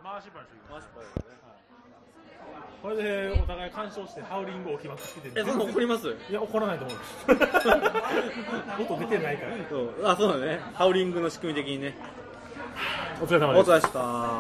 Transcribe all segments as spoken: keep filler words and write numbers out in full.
回しっぱにして回しっぱにね。 これでお互い干渉してハウリングを起きまくってて。 え、そんな怒ります？ いや、怒らないと思う。音出てないから。 そう、あ、そうだね。ハウリングの仕組み的にね。 お疲れ様です。 お疲れ様でした。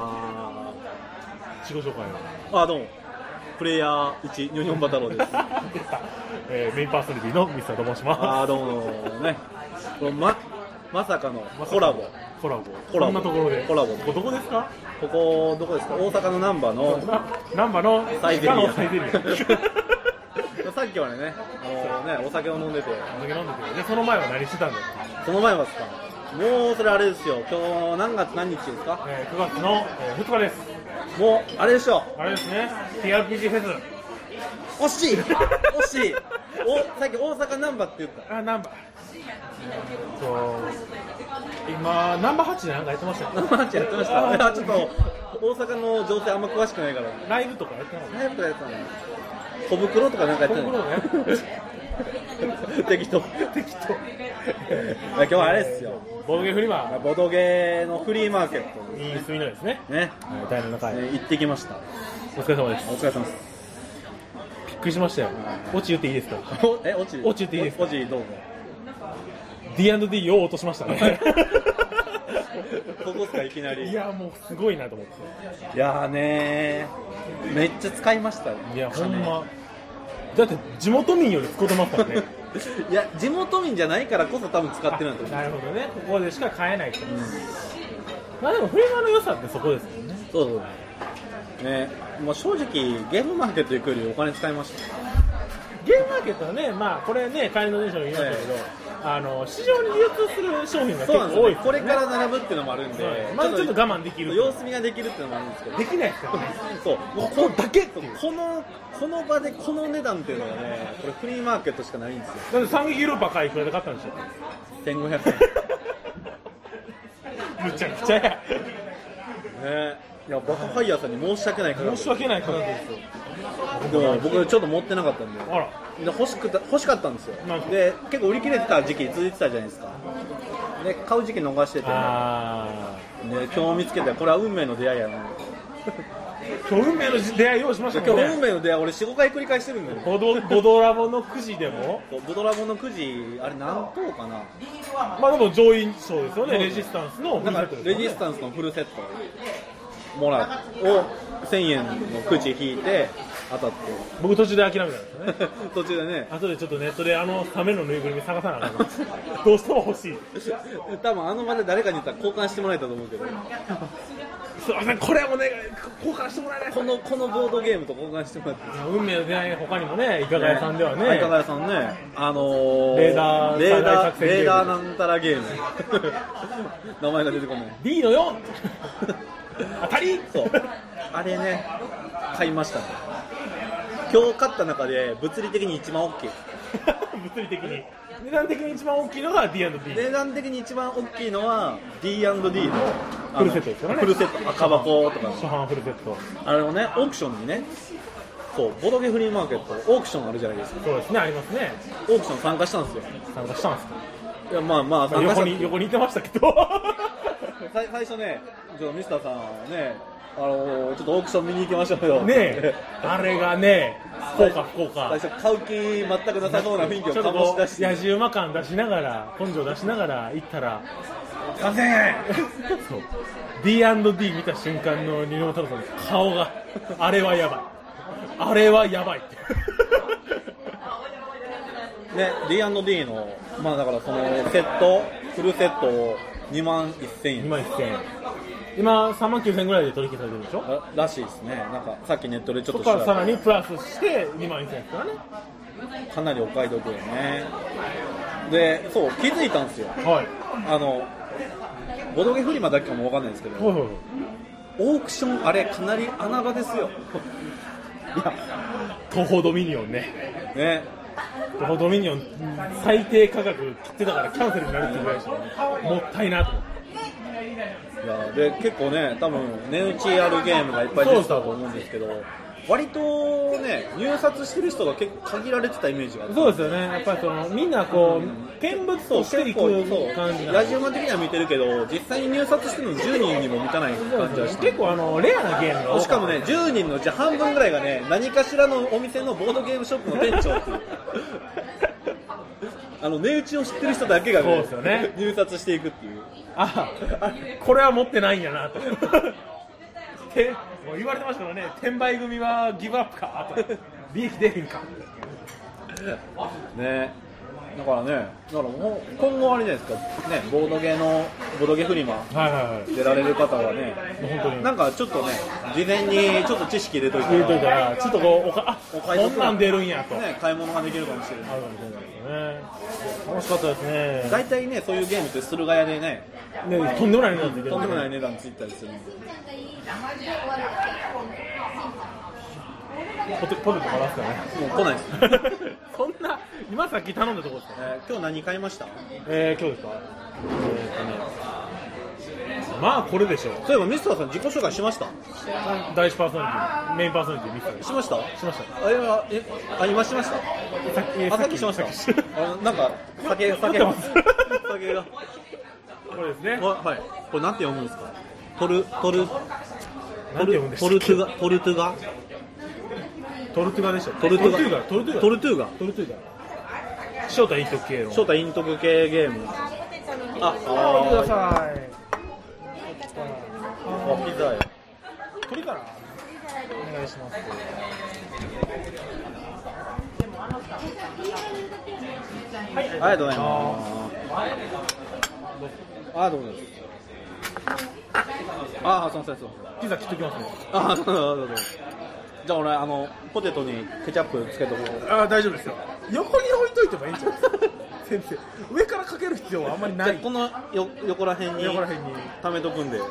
自己紹介を。あ、どうも。プレイヤーいち、ニョニョンバ太郎です。 えー、メインパーソナリティのミスターと申します。 あ、どうもね。ま、まさかのコラボ。 コラボ。 コラボ。 こんなところで。 コラボ。 ここどこですか？ ここどこですか？大阪の難波の難波のサイゼリア。 サイゼリア。 さっきまでね、あのね、お酒を飲んでて。 お酒飲んでて。で、その前は何してたんだよ。 その前はですか？もうそれあれですよ。今日何月何日ですか？ えー、くがつの、えー、ふつかです。 もうあれでしょ。 あれですね。ティーアールピージー フェス。 惜しい。惜しい。お、さっき大阪難波って言った。 あ、難波。そう。今ナンバーはちでなんかやってましたよ。 ナンバーはちやってました。いやちょっと大阪の情勢あんま詳しくないから。 ライブとかやってなかった。 ライブとかやってたの。小袋とかなんかやってたの。 小袋ね。 適当。 適当。 今日はあれですよ。 ボドゲフリマ。 ボドゲのフリーマーケットに住みのですね。 ね。 だいななかい。 行ってきました。 お疲れ様です。 お疲れ様です。 びっくりしましたよ。オチ言っていいですか？ え、オチ？ オチ言っていいですか？ オチどうぞ。 ディーアンドディー を落としましたね。 ここっすかいきなり。 いやもうすごいなと思って。 いやーねー、めっちゃ使いましたよ。 いやほんま。だって地元民より使ってますからね。 いや地元民じゃないからこそ多分使ってるんだと思う。 なるほどね。ここでしか買えないと。うん、まあでもフリマの良さってそこですもんね。 そうそうね。もう正直ゲームマーケット行くよりお金使いました。 ゲームマーケットはね、まあこれね、帰りの電車も言いましたけど、あの市場に流通する商品が結構多いですね。 これから並ぶっていうのもあるんで、 まずちょっと我慢できる。 様子見ができるっていうのもあるんですけど、 できないですからね。 そう、ここだけっていう。このこの場でこの値段っていうのがね、これフリーマーケットしかないんですよ。 だって三撃ルーパー買いくらで買ったんでしょ。 千五百円。 むちゃくちゃや。ね、 いやバカファイヤーさんに申し訳ない価格。 申し訳ない価格ですよ。 でも僕ちょっと持ってなかったんで。 あら。 で欲しくた欲しかったんですよ。で結構売り切れてた時期続いてたじゃないですか。で買う時期逃してて、あで今日見つけてこれは運命の出会いやな。 今日運命の出会い用意しましたもんね。 今日運命の出会い俺よん、ごかい繰り返してるんだよ。 ボドボドラボのくじでもボドラボのくじあれ何等かな。 まあでも上位賞ですよね。レジスタンスのフルセットですよね。 レジスタンスのフルセットもらをせんえんのくじ引いて当たって。 僕途中で諦めたんですよね。 途中でね。 後でちょっとネットであのためのぬいぐるみ探さなあかん。どうしても欲しい。 多分あの場で誰かに言ったら交換してもらえたと思うけど。 すいませんこれお願い交換してもらえない。 このこのボードゲームと交換してもらって。 運命の出会い他にもね、いかが屋さんではね。 いかが屋さんね、あのー、 レーダーレーダーレーダーなんたらゲーム。名前が出てこない。 D のよん。当たり。 そう。あれね買いましたね。今日買った中で物理的に一番大きい。 物理的に値段的に一番大きいのが ディーアンドディー。 値段的に一番大きいのは ディーアンドディー のフルセットですよね。 フルセット赤箱とか初版フルセットあれをねオークションにね、そうボドゲフリーマーケットオークションあるじゃないですか。 そうですね、ありますね。 オークション参加したんですよ。 参加したんですか。 いやまあまあ参加横に横にいてましたけど。 最初ねちょっとミスターさんね、あのー、ちょっとオークション見に行きましょうよ。 ねえ、あれがね、福岡福岡。 最初買う気全くなさそうな雰囲気を醸し出して、 野じ馬感出しながら、根性出しながら行ったら、 さんぜんえん。 そう。ディーアンドディー 見た瞬間の二ノ太郎さんの顔が、あれはやばい。あれはやばいって。 ね、ディーアンドディー の、まあだからそのセット、フルセットをにまんせんえん。 にまんせんえん。今さんまんきゅうせんえんぐらいで取引されてるでしょ。 ら, らしいですね。なんかさっきネットでちょっとそこからさらにプラスしてにまんせんえんですからね。 かなりお買い得よね。で、そう気づいたんですよ。 はい。 あのボドゲフリマだけかもわかんないですけど、はいはいはい、オークションあれかなり穴場ですよ。 いや、東宝ドミニオンね。 ね。 東宝ドミニオン最低価格切ってたからキャンセルになるってぐらいでしたね。もったいなと思って。いやで結構ね多分値打ちあるゲームがいっぱい出てたと思うんですけど、 割とね入札してる人が結構限られてたイメージがある。 そうですよね。やっぱりそのみんなこう見物としていく感じ。 ラジオマン的には見てるけど実際に入札してるのじゅうにんにも満たない感じがして。 結構あのレアなゲームが。 しかもねじゅうにんのうち半分ぐらいがね何かしらのお店のボードゲームショップの店長っていう。あの値打ちを知ってる人だけが、ね、 そうですよね、 入札していくっていう。 ああこれは持ってないんやなとてもう言われてましたからね、転売組はギブアップかと利益出へんかね。だからね、だからもう今後あれじゃないですか、ね、ボードゲーのボードゲーフリマ出られる方はね、 本当になんかちょっとね、事前にちょっと知識入れといて、 入れといたら、ちょっとこうおかあお買い得こんなん出るんやと、 ね、買い物ができるかもしれない。 あるかもしれないですね。楽しかったですね。 大体ね、そういうゲームって駿河屋でね、 ねとんでもない値段ついてる、 とんでもない値段ついたりするんで。 ポテポテトからすからね。 もう来ないですそんな今さっき頼んだところですか、 えー、今日何買いました？ えー、今日ですか、えーとね、まあこれでしょう。 そういえばミスターさん自己紹介しました？ 第一パーソナリティ、メインパーソナリティミスターしました？ しました。 あれはえあ今しました？ さっきあさっきしましたあなんか酒酒が酒がこれですね。 はい。これなんて読むんですか？トルトルなんて読むんですか？ トルトゥガトルトゥガトルトゥガでした。 トルトゥガトルトゥガトルトゥガトルトゥガ正体陰徳系の正体陰徳系ゲーム。あ、あ見てください。 あ、ピザや。 鳥からお願いします。 はい、ありがとうございます。あ、どうもです。あ、そうそうそう。 ピザ切っときますね。 あ、そうそうそう。じゃあ俺あのポテトにケチャップつけとこう。 あ、大丈夫ですよ。横に置いといてもいいんじゃないですか。先生、上からかける必要はあんまりない。 このよ横ら辺に横ら辺に溜めとくんで。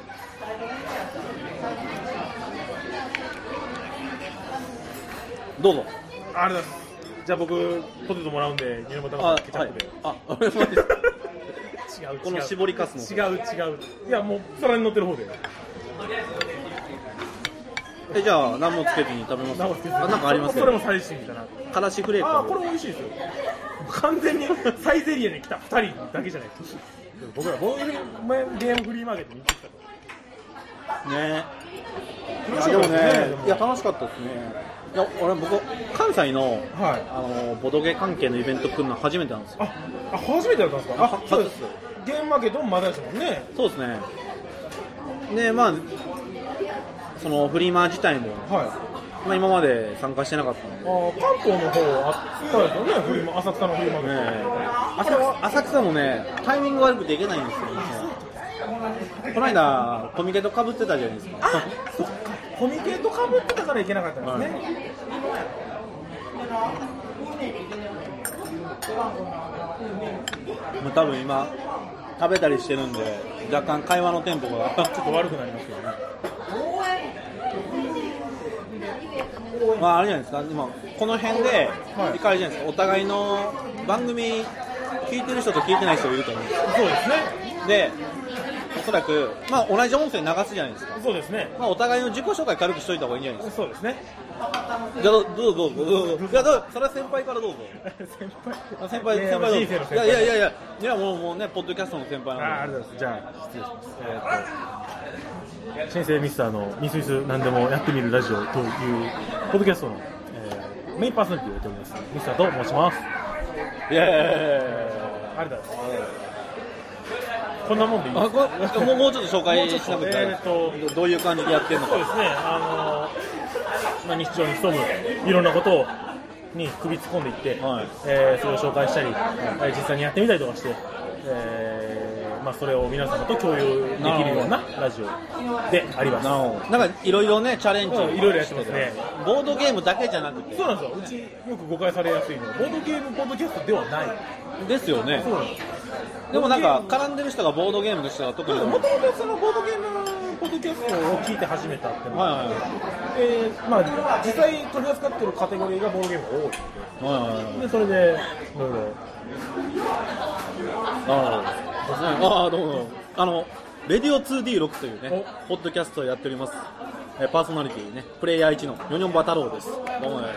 どうぞ。 ありがとうございます。じゃあ僕ポテトもらうんで、ニラも食べてケチャップで。 あ、はい、あ、違う違う。 この絞りかすの。 違う違う。いやもう皿に乗ってる方で。 え、じゃあ何もつけずに食べますか？あ、なんかありますそれも最新みたいな。 からしフレーク。 あ、これ美味しいですよ。完全にサイゼリアに来たふたりだけじゃないですか。僕らボードゲームフリーマーケットに行ってきたと。 ねえ。いやでもね、いや楽しかったですね。いや俺僕関西の、はい、あのボドゲ関係のイベント来るの初めてなんですよ。 あ、あ初めてだったんですか？あ、そうです。ゲームマーケットもまだですもんね。 そうですね。でまあそのフリマ自体も、はい、まあ今まで参加してなかったので。 あ、関東の方あったですよね。フリマ、浅草のフリマーケット。 ね、浅, 浅草もねタイミング悪くていけないんですよ、ね。この間コミケと被ってたじゃないですか。 あ、そっか。コミケと被ってたからいけなかったんですね。 もう多分今食べたりしてるんで若干会話のテンポがちょっと悪くなりますけどね。 まああれじゃないですか。今この辺で行かれるじゃないですか。お互いの番組聞いてる人と聞いてない人がいると思うんですよ。 そうですね。 でおそらく、まあ、同じ音声流すじゃないですか。 そうですね。 まあ、お互いの自己紹介軽くしといた方がいいんじゃないですか。 そうですね。 じゃあどうぞどうぞどうぞ。いやどうそれは先輩からどうぞ。 先輩先輩先輩どうぞ。いやいやいやいやいやもうもうねポッドキャストの先輩なんで。 あありがとうございます。じゃあ失礼します。えー、っと新生ミスターのミスミス何でもやってみるラジオというポッドキャストの、えー、メインパーソナリティをやっておりますミスターと申します。 イエーイ。 ありがとうございます。こんなもんでいいですか？ あもうもうちょっと紹介しなくて、 えー、とどういう感じでやってるのか。 そうですね、あの、まあ、日常に潜むいろんなことをに首突っ込んでいって、はい、えー、それを紹介したり、はい、実際にやってみたりとかして、えーまあ、それを皆様と共有できるようなラジオであります。 なんかいろいろねチャレンジ、 いろいろやってますね。 ボードゲームだけじゃなくて。 そうなんですよ。うちよく誤解されやすいのはボードゲームポッドキャストではないですよね。 そうなんです。 でもなんか絡んでる人がボードゲームの人が特にもともとそのボードゲームポッドキャストを聞いて始めたっていうのは、はいはいはい、えーまあ、実際取り扱っているカテゴリーがボードゲームが多いので、はいはいはい、でそれでいろいろああどうもあのレディオ ツーディーろく というねポッドキャストをやっております。 パーソナリティね、プレイヤーいちのよにょんば太郎です。どうもね。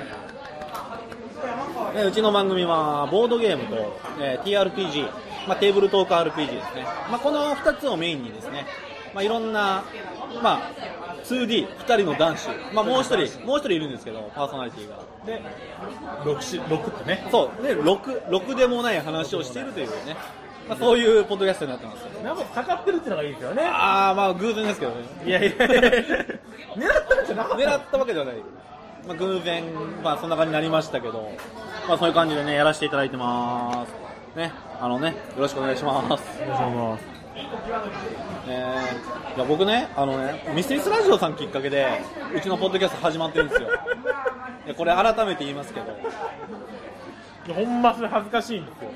うちの番組はボードゲームと、えー、ティーアールピージー、まあ、テーブルトーク アールピージー ですね、まあ、このふたつをメインにですね、まあ、いろんな、まあ、ツーディーふたりの男子、まあ、もう一人もう一人いるんですけど、パーソナリティがで 6, 6ってね、 そうで 6, 6でもない話をしているというね、まあ、そういうポッドキャストになってますよ。 なんかかかってるっていうのがいいですよね。 ああ、まあ偶然ですけどね。 いやいやいや狙ったんじゃなかった。 狙ったわけではない。まあ、偶然、まあそんな感じになりましたけど、まあそういう感じでねやらせていただいてます。ね、あのね、よろしくお願いします。 よろしくお願いします。 えー、いや僕ね、あのね、ミステリスラジオさんきっかけでうちのポッドキャスト始まってるんですよ。いやこれ改めて言いますけど、 ほんまそれ恥ずかしいんですよ。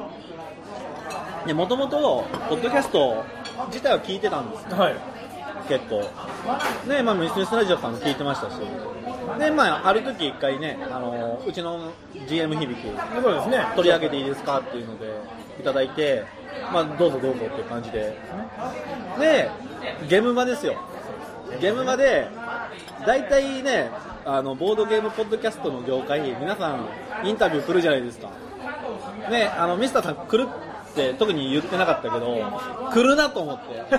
もともとポッドキャスト自体は聞いてたんですよ、はい、結構で、まあ、ミステリスラジオさんも聞いてましたし、で、まあ、ある時一回ね、あのうちの ジーエム 響き、 そうですね、 取り上げていいですかっていうのでいただいて、まあ、どうぞどうぞっていう感じで、でゲームマですよ。ゲームマでだいたいね、あのボードゲームポッドキャストの業界、皆さんインタビュー来るじゃないですかね。あのミスターさん来るって特に言ってなかったけど、来るなと思って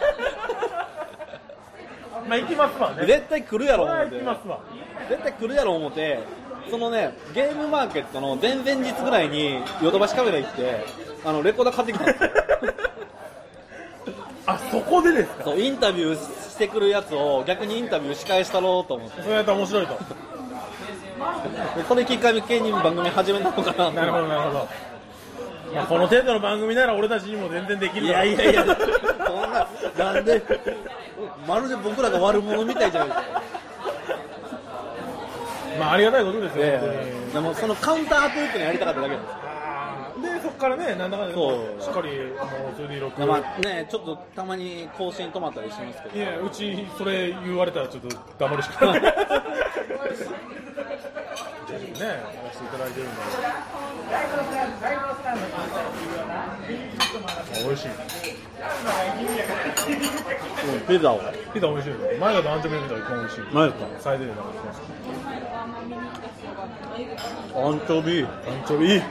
まあ行きますわね。 絶対来るやろ思って、 行きますわ。 絶対来るやろ思って、そのね、ゲームマーケットの前々日ぐらいにヨドバシカメラ行ってあのレコーダー買ってきたんですよあ、そこでですか。 そう、インタビューしてくるやつを逆にインタビュー仕返したろうと思って、 それやったら面白いとそれきっかけに番組始めたのかな。 なるほどなるほど。まあ、この程度の番組なら俺たちにも全然できる。 いやいやいや、そんな、なんでまるで僕らが悪者みたいじゃないですか。 まあありがたいことですよ、 えー、でもそのカウンター当てるってのやりたかっただけなんですよ。 でそこからね、なんだかんだしっかりもう ツーディーろく、 まあね、ちょっとたまに更新止まったりしますけど、 いや、うちそれ言われたらちょっと黙るしかないね、やらせていただいてるんで美味しい。 うん、ピザをピザ美味しいです。前だとアンチョビピザが一番美味しい。 前ですか。 サイゼリヤなんかアンチョビアンチョビ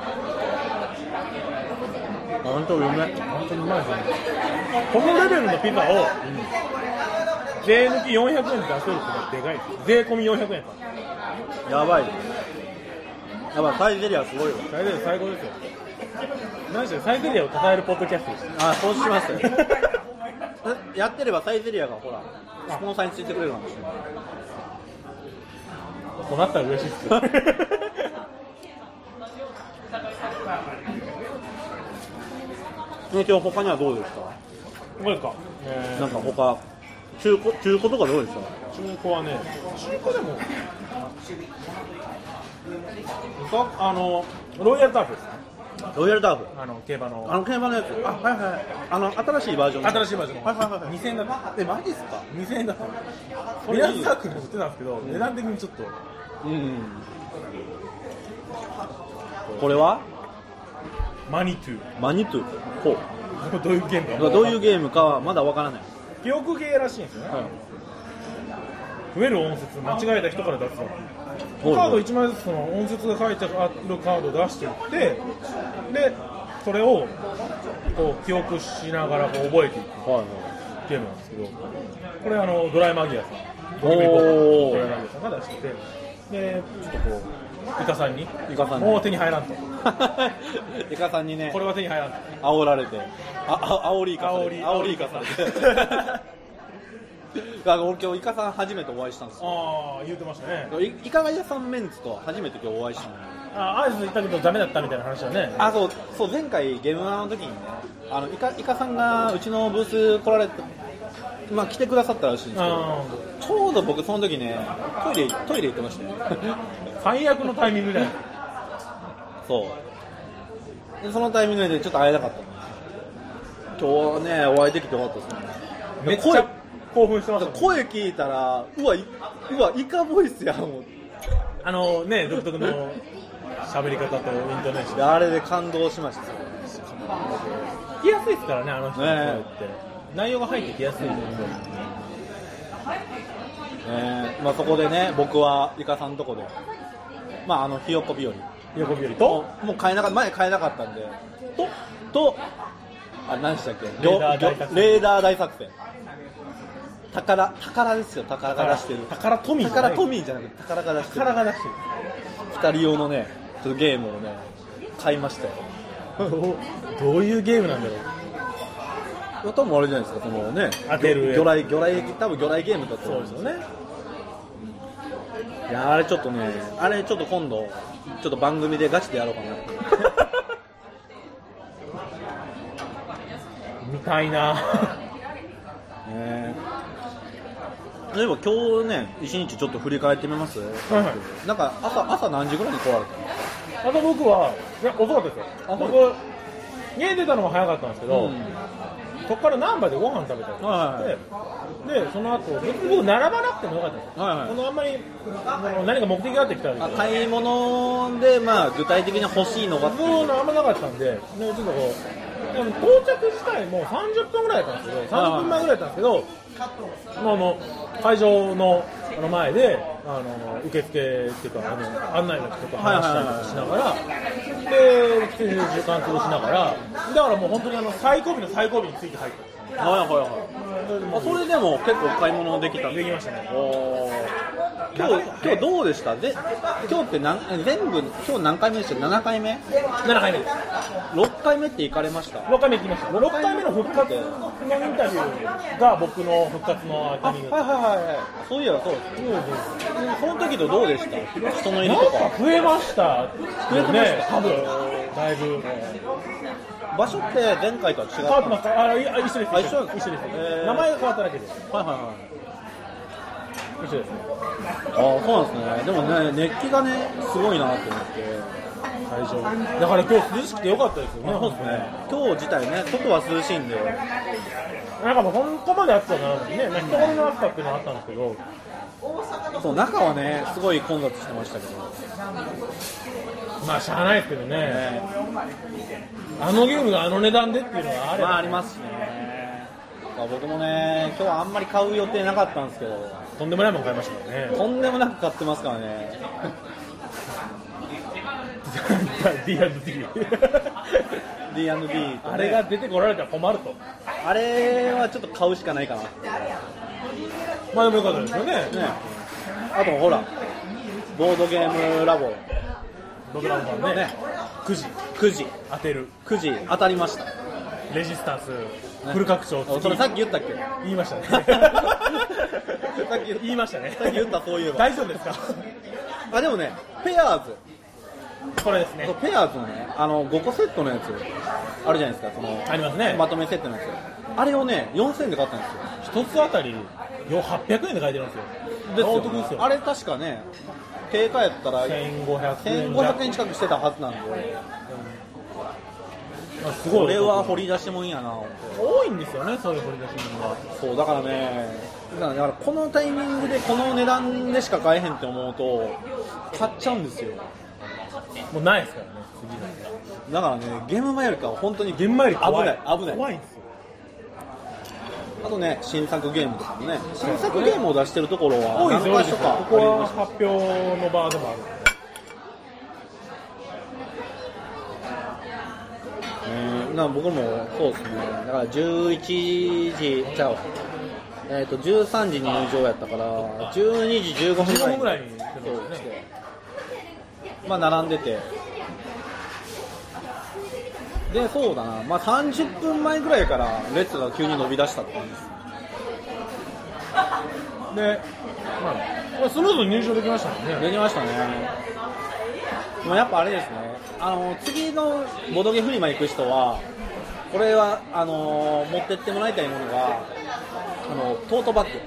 アンチョビうめえ。 アンチョビうまいですね。このレベルのピザを、うん、税抜きよんひゃくえんで出せるってのはでかいです。税込みよんひゃくえんか。 やばい。やばい、サイゼリヤすごいわ。 サイゼリヤ最高ですよ。何してサイゼリヤを称えるポッドキャストです。 あ、そうしますよやってればサイゼリヤがほらスポンサーについてくれるかもしれない。 そうなったら嬉しいですよ今日他にはどうですか。 どうですか、えー、 なんか他中古中古とかどうですか。 中古はね、中古でもあのロイヤルターフですね。 ロイヤルターフ、 あの競馬のあの競馬のやつ、あ、はいはい、あの新しいバージョン、 新しいバージョン、 はいはいはい、 にせんえんだった。 え、マジっすか。 にせんえんだった。ミラーサークルで売ってたんですけど、値段的にちょっと、 うん、これはマニトゥマニトゥ、ほう、 どういうゲームかどういうゲームかはまだわからない。 記憶ゲーらしいんですよね、はい、増える音節、間違えた人から出すの。カードいちまいずつその音節が書いてあるカードを出していって、でそれをこう記憶しながらこう覚えていくゲームなんですけど、これあのドライマギアさん、ドライマギアさんが出してて、でちょっとこうイカさんにイカさんにもう手に入らんとイカさんにね、 これは手に入らんと煽られて、ああ煽りイカされて、煽りイカされて俺今日イカさん初めてお会いしたんですよ。 ああ、言ってましたね。 イカガヤさんメンツと初めて今日お会いしたの。 ああ、アイス行ったけどダメだったみたいな話だね。 あ、そうそう、前回ゲームマの時にね、あのイカイカさんがうちのブース来られて、まあ来てくださったらしいんですけど、ちょうど僕その時ね、トイレトイレ行ってましたよ。 最悪のタイミングじゃない。 そうで、そのタイミングでちょっと会えなかったの。今日ね、お会いできてよかったですね。 めっちゃ興奮してます、ね、 声聞いたら、うわ、うわ、イカボイスやん。 あのね、独特の喋り方とイントネーション。 あれで感動しました。 聞きやすいですからね、あの人の声って、 ね、 内容が入ってきやすいので、 えーまあ、そこでね僕はイカさんのとこで、まあ、あのひよこ日和ひよこ日和ともうもう買えなかった前買えなかったんでととあ何でしたっけレーダー大作戦レーダー大作戦宝宝ですよ宝が出してる宝トミーじゃない宝トミーじゃなくて宝が出してる宝が出してるふたり用のねちょっとゲームをね買いましたよどういうゲームなんだろう。 多分あれじゃないですかそのね当てる魚雷魚雷多分魚雷ゲームだと思うんですよねいやあれちょっとねあれちょっと今度ちょっと番組でガチでやろうかなみたいなね例えば今日ね一日ちょっと振り返ってみます、はいはい、なんか朝朝何時ぐらいに来られたの？ あと僕はいや遅かったですよ。僕家出たのも早かったんですけど、うん、そこから難波でご飯食べたりして、はいはい、でその後別に僕並ばなくてもよかったんですよ、はいはい、このあんまり何か目的があってきたんですけど買い物で、まあ、具体的に欲しいのがそうあんまなかったんで、ね、ちょっとこうでも到着自体もさんじゅっぷんぐらいだったんですけどさんじゅっぷんまえぐらいだったんですけどあの会場の前であの受付っていうかあの案内の人と話したりとかしながら、で来てる時間潰しながらだからもう本当にあの最後尾の最後尾について入ったんですよ。 はいはいはい。それでも結構買い物できた。 できましたね。 お今日今日どうでしたで今日って何全部今日何回目でしたななかいめななかいめですろっかいめって行かれましたろっかいめ行きましたろっかいめの復活のインタビューが僕の復活のタイミングはいはいはいそういえばそうですその時とどうでした人のいるとか増えました増えてました多分だいぶ場所って前回とは違う変わってますかあ一緒です一緒です一緒です、えー、名前が変わっただけですはいはいはい一緒ですね。 ああそうなんですね。でもね熱気がねすごいなと思って会場。だから今日涼しくてよかったですよね。 そうですね。今日自体ね外は涼しいんで。 なんかもうここまで暑さなのにね、人混みの暑さっていうのがあったんですけど、 そう中はねすごい混雑してましたけど。 まあしゃあないですけどね。ねあのゲームがあの値段でっていうのはあれば、ね。 まあありますしね。僕もね今日はあんまり買う予定なかったんですけど。 とんでもないもの買いましたからね。 とんでもなく買ってますからね。 ディーアンドディーディーアンドディー ね、 あれが出てこられたら困ると。 あれはちょっと買うしかないかな。 まあでもよかったですよね。ねあとほらボードゲームラボ。 ボードラボさんね。ねくじくじ当てるくじ当たりました。 レジスタンス、ね、フル拡張それさっき言ったっけ言いましたねさっき言いましたねさっき言ったそういえば大丈夫ですかあでもねペアーズこれですねペアーズのねあのごこセットのやつあるじゃないですかそのありますねまとめセットのやつあれをねよんせんえんで買ったんですよ一つあたりはっぴゃくえんで買えてるんですよですよ、ね、お得ですよあれ確かね定価やったらせんごひゃくえん近くしてたはずなんで、うんすごいこれは掘り出しもんやな多いんですよねそういう掘り出しもんがそうだからねだからこのタイミングでこの値段でしか買えへんって思うと買っちゃうんですよもうないですからね次だからねゲーム前よりかは本当にゲーム前より怖い危ない危ない怖いんですよあとね新作ゲームとかもね新作ゲームを出してるところは多いですよ何か所かここは発表の場でもあるな僕もそうですねだからじゅういちじちゃうえっとじゅうさんじに入場やったからじゅうにじじゅうごふんぐらいにそうですねまあ並んでてでそうだなまあさんじゅっぷんまえぐらいから列が急に伸び出したって感じですで、まあ、スムーズに入場できましたもんねできましたねでもやっぱあれですねあの次のボドゲフリマ行く人はこれはあの持ってってもらいたいものがあのトートバッグ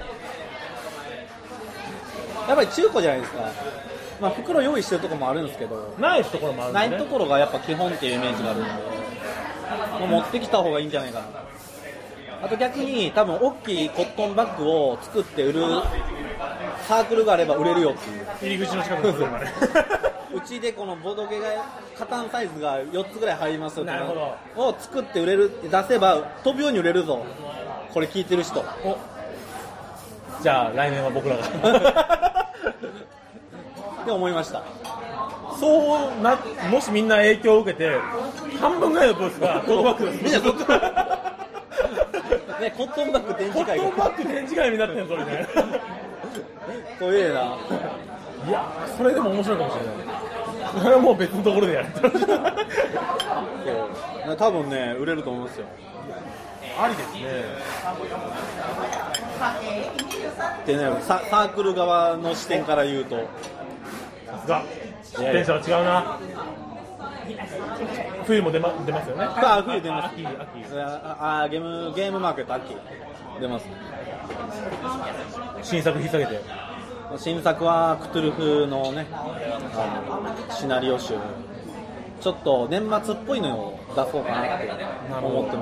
やっぱり中古じゃないですか、まあ、袋用意してるところもあるんですけどないところもあるんですねないところがやっぱ基本っていうイメージがあるんでもう持ってきた方がいいんじゃないかなあと逆に多分大きいコットンバッグを作って売るサークルがあれば売れるよっていう入り口の近くに来るまでうちでこのボドゲがカタンサイズがよっつぐらい入りますよってなるほどを作って売れる出せば飛ぶように売れるぞこれ聞いてる人じゃあ来年は僕らがって思いました。 そうな、もしみんな影響を受けて半分ぐらいのブースがトートバッグです。 みんなトートバッグね、コットンバッグ展示会コットンバッグ展示会になってるのそれね怖えな。 いやそれでも面白いかもしれない。それはもう別のところでやるそう多分ね売れると思いますよ。 ありですね。 でね、サ, サークル側の視点から言うとさすがテンションは違うな。冬も出 ま, 出ますよね。 あ冬出ます。 秋秋ああゲームゲームマーケット秋出ます。 新作引っ提げて。 新作はクトゥルフのねあのシナリオ集ちょっと年末っぽいのを出そうかなって思ってます。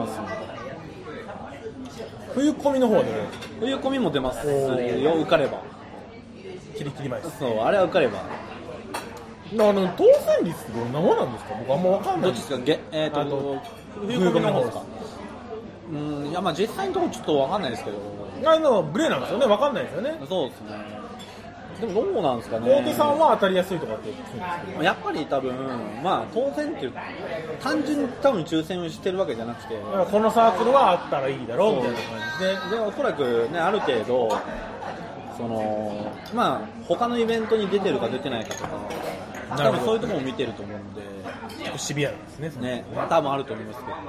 冬コミの方でね冬コミも出ますよ。受かればキリキリ前です。 そうあれは受かれば。 あの当選率ってどんなものなんですか。僕あんま分かんない。 どっちですか。げえー、とと冬コミの方ですか。うんいやまあ実際のところちょっと分かんないですけどあのグレーなんですよね。分かんないですよね。 そうですね。でもどうなんですかね。 大手さんは当たりやすいとかって言うんですけどやっぱり多分まあ当選っていう単純に多分抽選をしてるわけじゃなくてこのサークルはあったらいいだろうみたいな感じででおそらくねある程度そのまあ他のイベントに出てるか出てないかとか多分そういうところも見てると思うんで結構シビアなんですね。 ね多分あると思いますけど。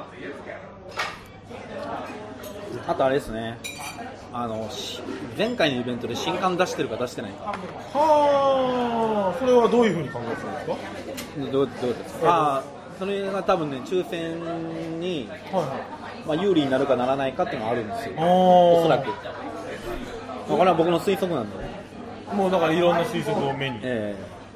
あとあれですねあの前回のイベントで新刊出してるか出してないか。 はあそれはどういうふうに考えてるんですか。 どうどうですか。ああそれが多分ね抽選に、はいはいまあ、有利になるかならないかっていうのがあるんですよおそらく。これは僕の推測なんでね。 もうだからいろんな推測を目に、 え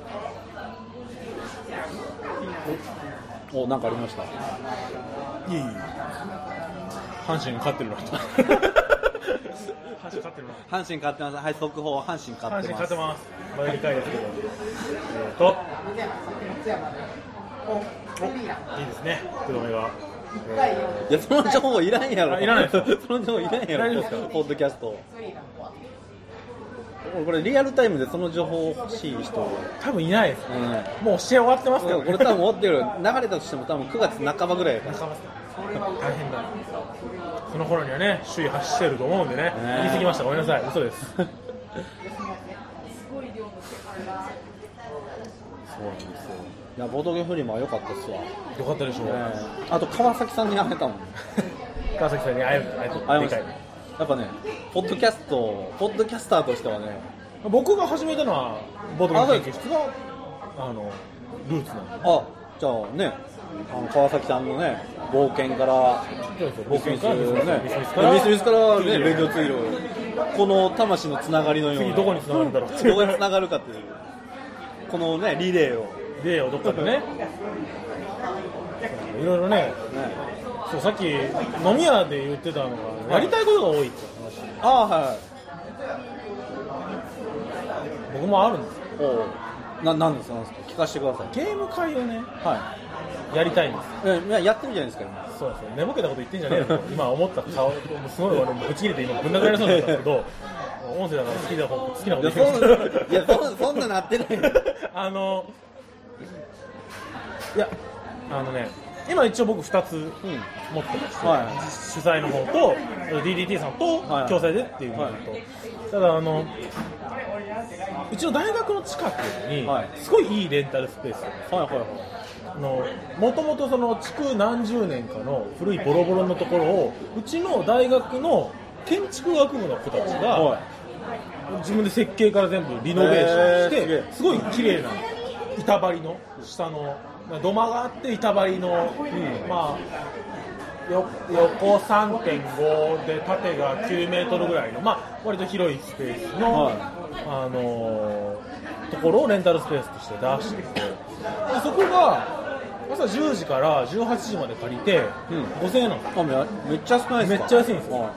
ー、お, おなんかありました。 いい阪神勝ってるな人阪神勝ってるな。 阪神勝ってます。はい速報阪神勝ってます。阪神勝ってます。まだにかいですけどえーとおおいいですね黒目が、 えー、いやその情報いらんやろ。 いらないですその情報いらんやろ。 大丈夫ですかポッドキャストこれリアルタイムでその情報欲しい人多分いないです、 うん、 もう試合終わってますから、ね、 これ多分終わってる流れたとしても多分くがつなかばぐらいか半ば大変だ。その頃にはね首位走ってると思うんでね、言い過ぎましたごめんなさい嘘ですそうなんですよ。いやボードゲームフリマは良かったっすわ。 良かったでしょう、ね、 あと川崎さんに会えたもん川崎さんに会える会える会えました。やっぱねポッドキャストポッドキャスターとしてはね僕が始めたのはボードゲーム研究室があのルーツなんで。 あじゃあねあの川崎さんのね冒険から冒険からミスミスからね勉強ツイルこの魂のつながりのような次どこにつながるんだろうどこにつながるかっていうこのねリレーをリレーをどっかでねいろいろね、ねそうさっき飲み屋で言ってたのがやりたいことが多いって話。 ああはい僕もあるんですよ。 おななんですか聞かせてください。 ゲーム会をね、 はい、 やりたいんです。 いややってるじゃないですか今。 そうですよ寝ぼけたこと言ってんじゃねえよ今思った顔すごい俺もぶち切れて今ぶん殴られそうだったんですけど音声だから好きなこと好きなこと言っていやそんそんななってないあのいやあのね今一応僕ふたつ持ってまして、はい、主催の方と ディーディーティー さんと共催でっていうのと、はい、ただあのうちの大学の近くにすごいいいレンタルスペースがあるんですよ。もともとその築何十年かの古いボロボロのところをうちの大学の建築学部の子たちが、はい、自分で設計から全部リノベーションして、すごい綺麗な板張りの下の土間があって板張りの、うん、まあよ横 さんてんご で縦がきゅうメートルぐらいの、まあ、割と広いスペースの、はい、あのー、ところをレンタルスペースとして出していて、でそこが朝じゅうじからじゅうはちじまで借りて、うん、ごせんえんなんですよ。 めっちゃ少ないですか。 めっちゃ安いんですよ、はい、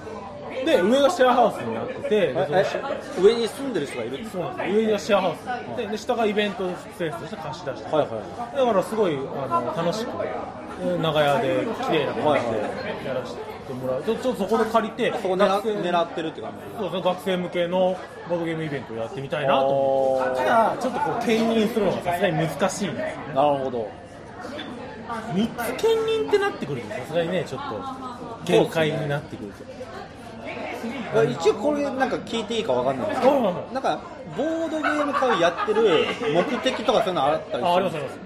で上がシェアハウスになってて、でその上に住んでる人がいる。 そうなんです。上がシェアハウス、はい、で, で下がイベントスペースとして貸し出して、はいはい、だからすごいあの楽しく長屋で綺麗な感じでやらせて、 ってもらう、ちょっとそこで借りて、 そこ狙狙ってるって感じ。 そうですね、学生向けのボードゲームイベントをやってみたいなと思って、ただ、ちょっとこう兼任するのがさすがに難しいんですよね。 なるほど。 みっつ兼任ってなってくると、さすがにね、ちょっと限界になってくると。 一応これなんか聞いていいかわかんないですけど、なんかボードゲーム会をやってる目的とかそういうのあったりするんですか？ あ、ありますあります。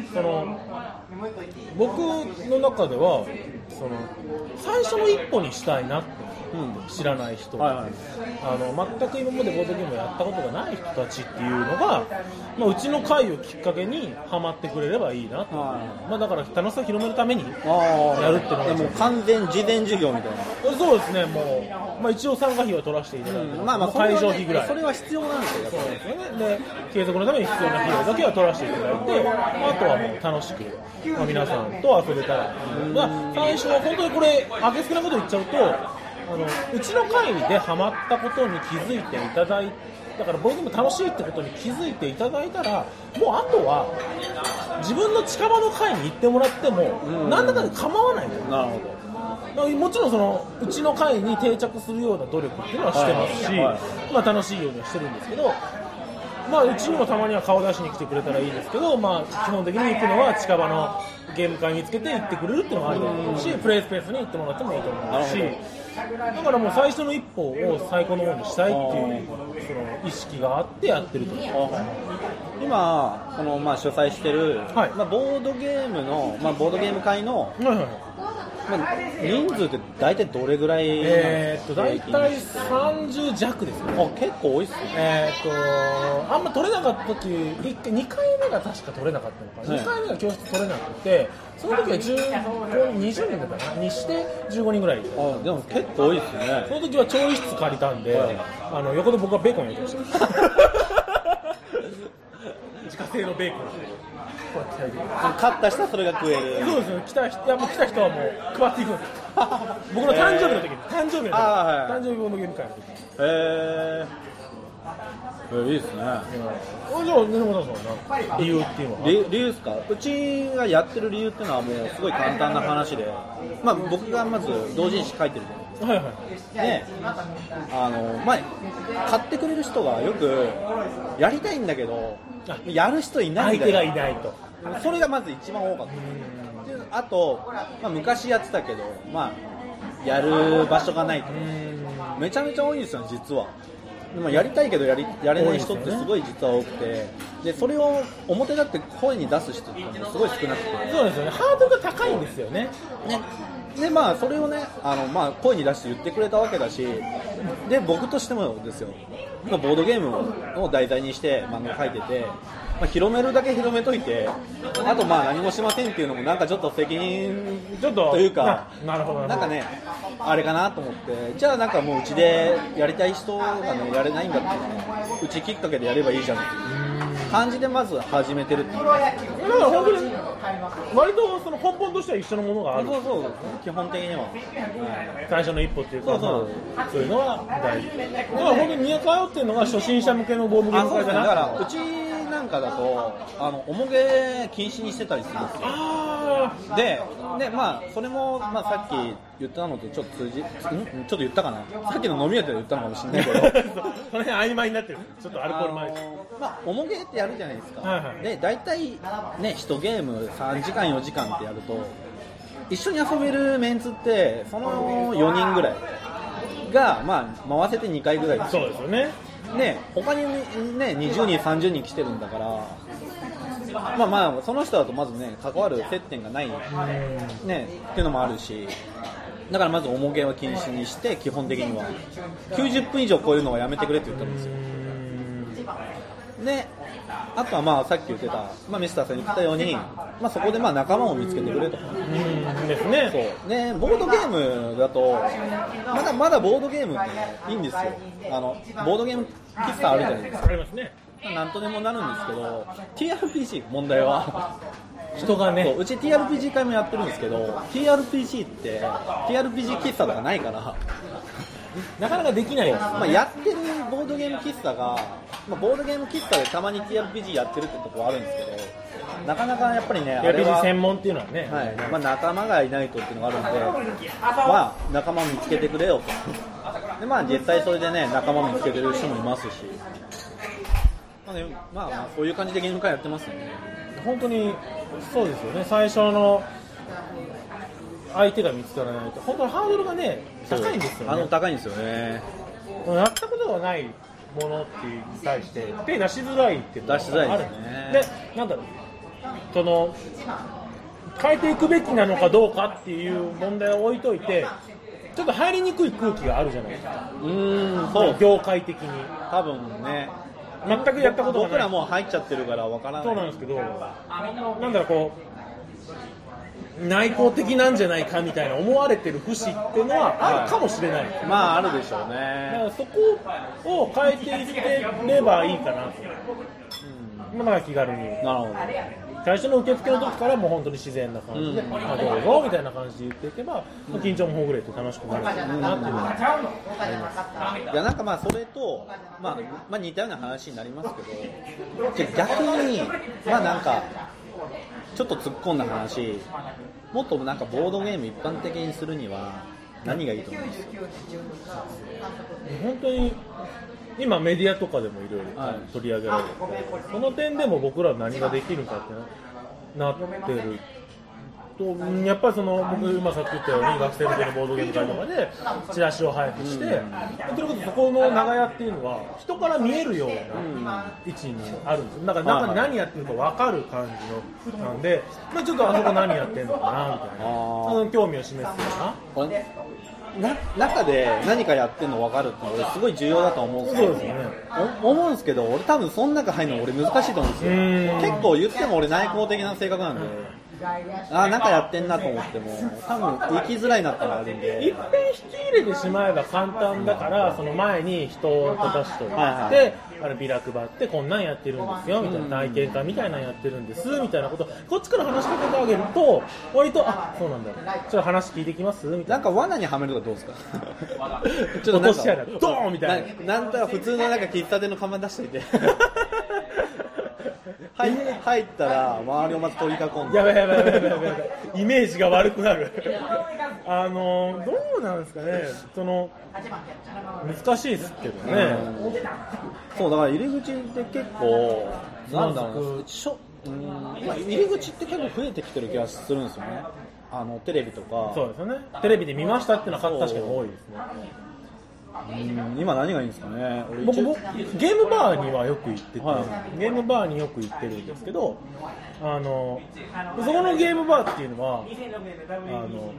その僕の中ではその最初の一歩にしたいなって、うん、知らない人、はいはい、あの全く今までボードゲームをやったことがない人たちっていうのが、まあ、うちの会をきっかけにハマってくれればいいなと、はいまあ、だから楽しさを広めるためにやるっていうのがもう完全事前授業みたいな。 そうですね、もう、まあ、一応参加費は取らせていただいて、うん、まあまあ会場費ぐらいそれは必要なんですよ。 そうですよね。で継続のために必要な費用だけは取らせていただいて、あとはもう楽しく、まあ、皆さんと遊べたら、まあ、最初は本当にこれあげつけなこと言っちゃうと、あのうちの会でハマったことに気づいていただいて、だから僕も楽しいってことに気づいていただいたら、もうあとは自分の近場の会に行ってもらっても何らかで構わないんだよ。 なるほど。 もちろんそのうちの会に定着するような努力っていうのはしてますし、はいはい、まあ、楽しいようにはしてるんですけど、まあ、うちにもたまには顔出しに来てくれたらいいですけど、まあ、基本的に行くのは近場のゲーム会見つけて行ってくれるっていうのがあると思うし、プレイスペースに行ってもらってもいいと思うし、だからもう最初の一歩を最高のものにしたいっていうその意識があってやってると思う。 今このまあ主催してる、はい、まあ、ボードゲームの、まあ、ボードゲーム会の、はいはい、まあ、人数って大体どれぐらい？ えー、っと大体さんじゅう弱ですね。 あ、結構多いっすね。 えー、っとあんま取れなかった時、にかいめが確か取れなかったのかな、はい、にかいめが教室取れなくて、その時はじゅうご、にじゅうにんだったかなにしてじゅうごにんぐらい。 あ、でも結構多いっすね。 その時は調理室借りたんで、はい、あの横で僕はベーコン焼いてました自家製のベーコン勝った人はそれが食える。 そうですね。来た人、いやもう来た人はもう配っていくんです僕の誕生日の時に、誕生日の時に、はい、誕生日ボードゲーム会の時に。へえー、いいですね。 うん、じゃあ根本さんは理由っていうのは理理由ですか？うちがやってる理由っていうのはもうすごい簡単な話で、まあ、僕がまず同人誌書いてるじゃないですか。はいはい。で、あの、まあ、買ってくれる人がよくやりたいんだけどやる人いないんだよ。 相手がいないと。 それがまず一番多かった。で、あと、まあ、昔やってたけど、まあ、やる場所がないと。めちゃめちゃ多いんですよ、実は。でもやりたいけどやりやれない人ってすごい実は多くて、でそれを表立って声に出す人ってすごい少なくて。 そうですよね。ハードルが高いんですよね。 ね。でまあそれをね、あのまあ声に出して言ってくれたわけだし、で僕としてもですよ。ボードゲームを題材にして漫画描いてて、まあ、広めるだけ広めといて、あとまあ何もしませんっていうのもなんかちょっと責任ちょっとというか、 なるほどなんかねあれかなと思って、じゃあなんかもううちでやりたい人がねやれないんだってね、うちきっかけでやればいいじゃんっていう感じでまず始めてるっていう。だから本当に割とその根本としては一緒のものがある。 そうそうそう、基本的には、 最初の一歩っていうか、 そうそう、 まあ、そういうのは大事。だから本当に宮川っていうのが初心者向けのボードゲーム会じゃなくて、 だからうちなんかだとあのおもげ禁止にしてたりするんですよ。 あで、でまあそれも、まあ、さっき言ったのとちょっと通じんちょっと言ったかな、さっきの飲み屋で言ったのかもしれないけどその辺曖昧になってる。ちょっとアルコール前、 まあおもげってやるじゃないですか、 はいはい、 で大体ねいちゲームさんじかんよじかんってやると一緒に遊べるメンツってそのよにんぐらいが、まあ、回せてにかいぐらいです。 そうですよね。 ね、他に、ね、にじゅうにんさんじゅうにん来てるんだから、まあまあその人だとまずね関わる接点がない、ね、っていうのもあるし、だからまずおもげは禁止にして基本的にはきゅうじゅっぷん以上こういうのはやめてくれって言ってるんですよ。であとはまあさっき言ってた、まあ、ミスターさんに言ったように、まあ、そこでまあ仲間を見つけてくれと。 うんですね。 そうね、ボードゲームだとまだまだボードゲームっていいんですよ。あのボードゲーム喫茶あるじゃないですか。 ありますね。 なんとでもなるんですけど ティーアールピージー 問題は人がね、 う, うち ティーアールピージー 会もやってるんですけど ティーアールピージー って ティーアールピージー 喫茶とかないからなかなかできないです、ね。 まあ、やってるボードゲーム喫茶が、まあ、ボードゲーム喫茶でたまに ティーアールピージー やってるってところあるんですけど、 なかなかやっぱりね、 アールピージー 専門っていうのはね、 はい、まあ、仲間がいないとっていうのがあるんで、まあ、仲間を見つけてくれよと。で、まあ、実際それでね、仲間を見つけてる人もいますし、まあね、まあ、まあ、そういう感じでゲーム会やってますよね。 本当にそうですよね。最初の相手が見つからないと、本当にハードルがね、高いんですよね。 あの高いんですよね。 やったことがないものっていうに対して手出しづらいっていうのがある。 出しづらいですね。 で、なんだろう、その変えていくべきなのかどうかっていう問題を置いといて、ちょっと入りにくい空気があるじゃないですか。 うーん、そう、 業界的に多分ね、 全くやったことがない。 僕らもう入っちゃってるからわからない。 そうなんですけど、なんだろう、こう内向的なんじゃないかみたいな思われてる節っていうのはあるかもしれない、はい、 まああるでしょうだかね。 らそこを変えていってればいいかなと、うん、まあ気軽に。 なるほど。 最初の受付の時からもう本当に自然な感じで、 うん、 まあ、どうぞみたいな感じで言っていけば、うん、緊張もほぐれて楽しくなるかなっていうのがあります。 いや、なんかまあそれと、まあ、まあ似たような話になりますけど、逆にまあなんかちょっと突っ込んだ話、もっとなんかボードゲーム一般的にするには何がいいと思います？ 本当に今メディアとかでもいろいろ取り上げられて、はい、その点でも僕らは何ができるかってなってると、やっぱりその僕今さっき言ったように学生向けのボードゲーム会とかでチラシを配布して、うん、ということでそこの長屋っていうのは人から見えるような位置にあるんですよ。だから中に何やってるか分かる感じのなんで、まあ、ちょっとあそこ何やってるのかなみたいな興味を示すような。 な中で何かやってるの分かるってのは俺すごい重要だと思うんですけど、 そうですよね、 思うんですけど、俺多分その中入るの俺難しいと思うんですよ。結構言っても俺内向的な性格なんで、あ、なんかやってんなと思っても多分行きづらいなってのがあるんで、 いっぺん引き入れてしまえば簡単だから、その前に人を立たしておいて、はいはい、あのビラ配ってこんなんやってるんですよみたいな、体験会みたいなのやってるんですみたいなこと、こっちから話しかけてあげると割と、あ、そうなんだ、ちょっと話聞いてきますみたいな。 なんか罠にはめるとかどうですか？ ちょっと落とし穴ドーンみたいな。なんとか普通のなんか喫茶店の看板出していて入, 入ったら周りをまず取り囲んで、 やばいやばいやばいやばいやばい、イメージが悪くなるあのどうなんですかね、その難しいですけどね、うん、 そうだから入り口って結構なんだろうな、しょ、うん、まあ、入り口って結構増えてきてる気がするんですよね。あのテレビとか。 そうですよね、テレビで見ましたっていうのは確かに多いですね。 うん、今何がいいんですかね。 僕もゲームバーにはよく行ってて、はい、ゲームバーによく行ってるんですけど、あのそこのゲームバーっていうのはあの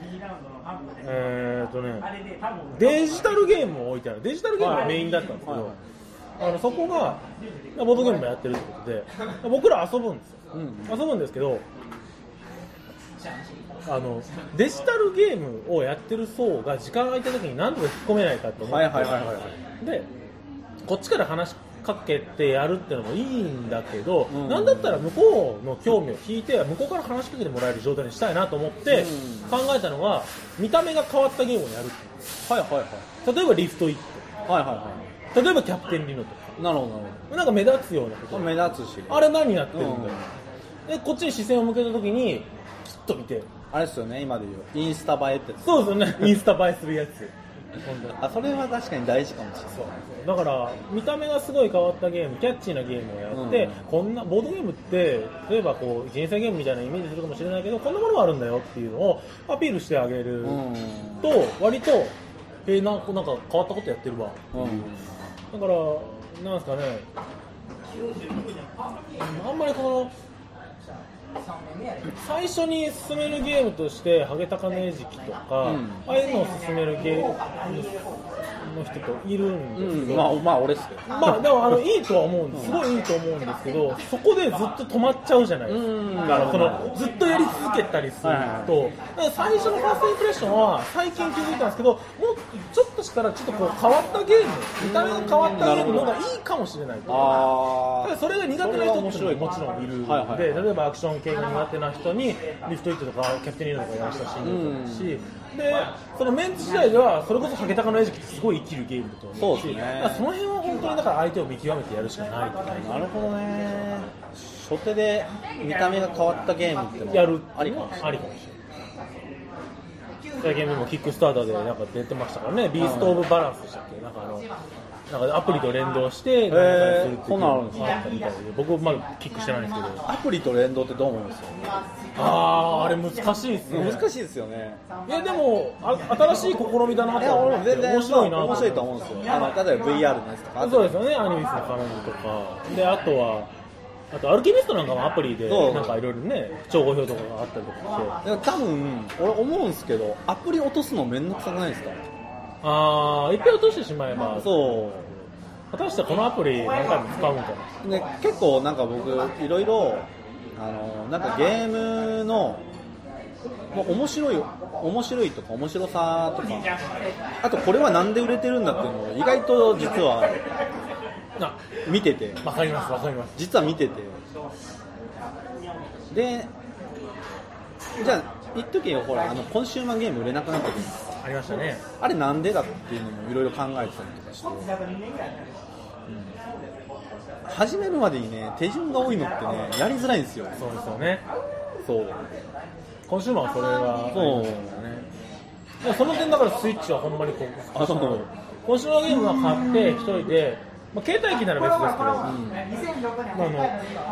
えーとねデジタルゲームを置いてある、デジタルゲームがメインだったんですけど、はいはい、あのそこがボードゲームもやってるってことで僕ら遊ぶんですよ、うん、遊ぶんですけど、あのデジタルゲームをやってる層が時間空いた時に何とか引っ込めないかと思って、はいはいはいはい、でこっちから話しかけてやるっていうのもいいんだけど、うん、なんだったら向こうの興味を聞いて向こうから話しかけてもらえる状態にしたいなと思って考えたのが、見た目が変わったゲームをやるっていう、はいはいはい、例えばリフトイット、はいはいはい、例えばキャプテンリノとか、 なるほどなるほど、 なんか目立つようなこと、 目立つし、 あれ何やってるんだよ、うん、でこっちに視線を向けた時にきっと見て、 あれですよね、今で言うインスタ映えって。 そうですよね、インスタ映えするやつあ、それは確かに大事かもしれない。 そうだから見た目がすごい変わったゲーム、キャッチーなゲームをやって、うん、こんなボードゲームって例えばこう人生ゲームみたいなイメージするかもしれないけど、こんなものがあるんだよっていうのをアピールしてあげると、うん、割とえー、なんかなんか変わったことやってるわ、うん、だからなんですかね、あんまりこの最初に進めるゲームとしてハゲタカの餌食とか、うん、ああいうのを進めるゲームの人といるんですけど、 うん、まあまあ俺っすけど、 まあでもあのいいとは思うんです、すごいいいと思うんですけど、そこでずっと止まっちゃうじゃないですか。うん、だからそのずっとやり続けたりすると、はいはい、だから最初のファーストインプレッションは最近気づいたんですけど、もうちょっとしたらちょっとこう変わったゲーム、見た目が変わったゲームの方がいいかもしれないと。あ、だからそれが苦手な人ってもちろんいるので、はいはい、例えばアクション系が苦手な人にリフトイットとかキャプテンリードとかやらせたシーンだし、 でそのメンツ時代ではそれこそハゲタカの餌食ってすごい生きるゲームだと思うし、 そうですね、 だからその辺は本当にだから相手を見極めてやるしかないって感じ。 なるほどね。初手で見た目が変わったゲームっていうのはやるありかもしれない。 ありかもしれない。最近もキックスターターでなんか出てましたからね、ビーストオブバランスでしたっけ、なんかあのなんかアプリと連動して何かするっていうそんなのあるんですか。 あったみたいで、僕まだキックしてないんですけど、 アプリと連動ってどう思います？ あーあれ難しいですね。 難しいですよね。 いやでもあ新しい試みだなといや思って俺も全然面白いなと面白いと思うんですよ。あの例えば ブイアール のやつとか。 そうですよね、アニメスの絡みとかで、あとはあとアルケミストなんかもアプリでそうなんかいろいろね調合表とかがあったりとかして、 でも多分俺思うんですけど、アプリ落とすのめんどくさくないですか？ ああいっぺん落としてしまえば、 そう果たしてこのアプリ何回も使うんかな。 で結構なんか僕いろいろあのなんかゲームのもう面白い面白いとか面白さとか、あとこれはなんで売れてるんだっていうのを意外と実はあ見てて、 わかりますわかります。 実は見てて、でじゃあ一時ほらあのコンシューマーゲーム売れなくなった時ありましたね。 あれなんでだっていうのもいろいろ考えてたりとかして、うん、始めるまでにね手順が多いのってねやりづらいんですよ。 そうですよね。 そうコンシューマーはそれがそうね。いやその点だからスイッチはほんまにこうあそうコンシューマーゲームは買って一人で、まあ、携帯機なら別ですけど、うんまあ、あの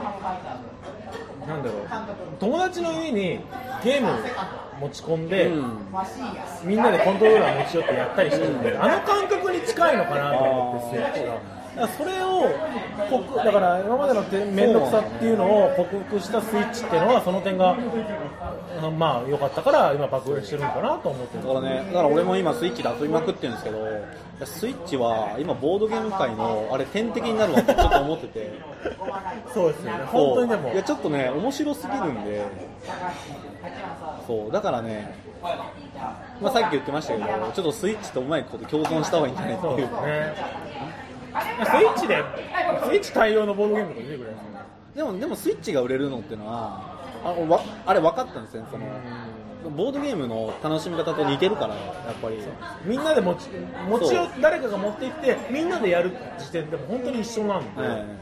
なんだろう友達の家にゲームを持ち込んで、うん、みんなでコントローラー持ち寄ってやったりしてるんで、うん、あの感覚に近いのかなと思ってスイッチが。だからそれを克だから今までの面倒くさっていうのを克服したスイッチっていうのはその点がまあ良かったから今爆売れしてるのかなと思ってる。 だからね、だから俺も今スイッチで遊びまくってるんですけど、スイッチは今ボードゲーム界のあれ天敵になるわってちょっと思っててそうですね、本当にでもいやちょっとね面白すぎるんで、そうだからね、まあ、さっき言ってましたけどちょっとスイッチとうまいこと共存した方がいいんじゃないっていう。 そうですね、スイッチでスイッチ対応のボードゲームとか出てくるんですよね。 でもでもスイッチが売れるのっていうのはあわあれ分かったんですよね。そのボードゲームの楽しみ方と似てるから、やっぱりみんなで持ち持ちを誰かが持っていってみんなでやる時点でも本当に一緒なんで、はい、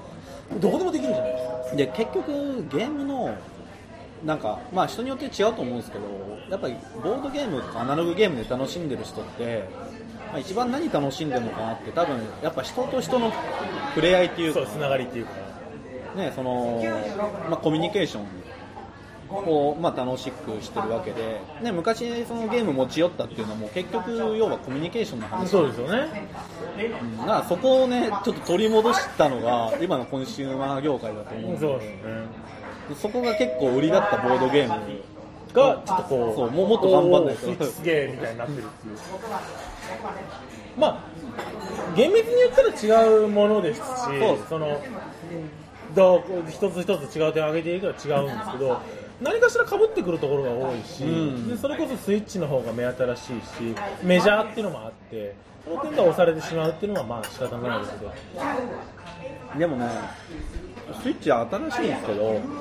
どこでもできるじゃないですか。 で結局ゲームのなんかまあ人によって違うと思うんですけど、やっぱりボードゲームとかアナログゲームで楽しんでる人ってまあ、一番何楽しんでるのかなって多分やっぱ人と人の触れ合いっていうか、 そうつながりっていうか、 ね、そのまあ、コミュニケーションを、まあ、楽しくしてるわけで、ね、昔そのゲーム持ち寄ったっていうのも結局要はコミュニケーションの話。 そうですよね、 うん、だからそこをねちょっと取り戻したのが今のコンシューマー業界だと思うんで、 そうですね、 そこが結構売りだったボードゲームがちょっとこうそうもうもっと頑張んないとスイッチすげーみたいになってるっていうまあ厳密に言ったら違うものですし、そのどう一つ一つ違う点を挙げていくから違うんですけど、何かしら被ってくるところが多いし、うん、でそれこそスイッチの方が目新しいしメジャーっていうのもあって、その点が押されてしまうっていうのはまあ仕方ないですけど、 でもねスイッチは新しいんですけど、うん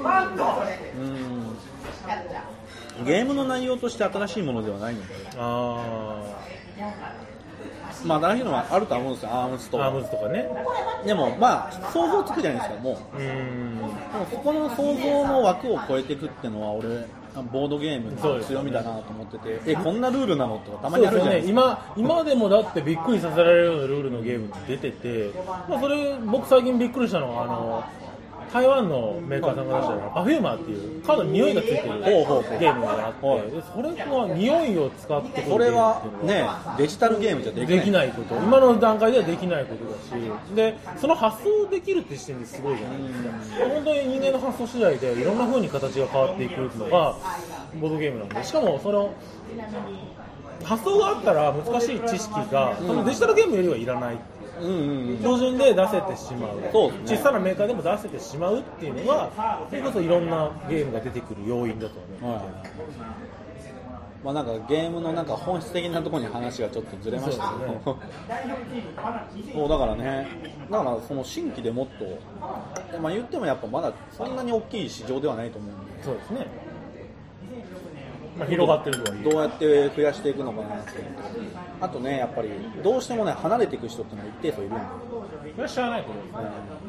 ゲームの内容として新しいものではないので、あまあ新しいのはあるとは思うんですよ。アームズとかアームズとかね。 でもまあ想像つくじゃないですか。もう、うーんでもそこの想像の枠を超えていくっていうのは俺ボードゲームの強みだなと思ってて、えこんなルールなのとかたまにあるじゃないですか。 そうですよね、今今でもだってびっくりさせられるようなルールのゲームって出てて、まあ、それ僕最近びっくりしたのはあの台湾のメーカーさんが出したのはパフューマーっていうカードに匂いがついてるゲームがあって、でそれは匂いを使ってこれはねデジタルゲームじゃできないできないこと、今の段階ではできないことだし、でその発想できるって視点ですごいじゃないですか。本当に人間の発想次第でいろんな風に形が変わっていくのがボードゲームなんで、しかもその発想があったら難しい知識がそのデジタルゲームよりはいらない。うんうんうん、標準で出せてしまう、そうですね、小さなメーカーでも出せてしまうっていうのがそれこそいろんなゲームが出てくる要因だと思う、はい、 まあ、なんかゲームのなんか本質的なところに話がちょっとずれましたけど、そう、ね、そうだからね、だからその新規でもっと、まあ、言ってもやっぱまだそんなに大きい市場ではないと思うんで、 そうですね、 まあ、広がってるとはいえどうやって増やしていくのかなって。あとね、やっぱりどうしてもね離れていく人ってのは一定数いるんで、 それは知らないことですね、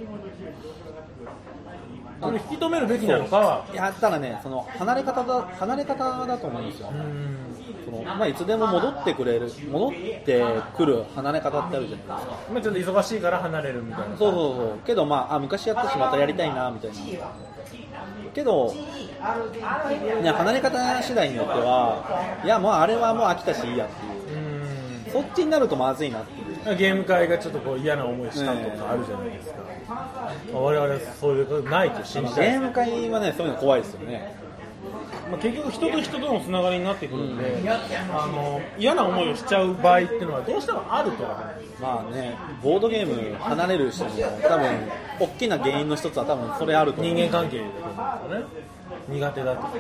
うん、 それ引き止めるべきなのかは、 やったらね、その離れ方だ離れ方だと思うんですよ。そのまあ、いつでも戻ってくれる戻ってくる離れ方ってあるじゃないですか。 まあ、ちょっと忙しいから離れるみたいな。 そうそうそう。けどまあ、あ昔やったしまたやりたいなみたいな。けど、ね、離れ方次第によっては、いやもうあれはもう飽きたしいいやっていう。うん、そっちになるとまずいなっていう。 ゲーム界がちょっとこう嫌な思いしたとかあるじゃないですか。ね、我々はそういうことないと信じたい。 ゲーム界はねそういうの怖いですよね。 まあ、結局人と人とのつながりになってくるんで、うん、あの嫌な思いをしちゃう場合っていうのはどうしてもあるとは思うんです。 まあね、ボードゲーム離れる人も多分大きな原因の一つは多分それあると思う。 人間関係だと思うんですよね。苦手だとか。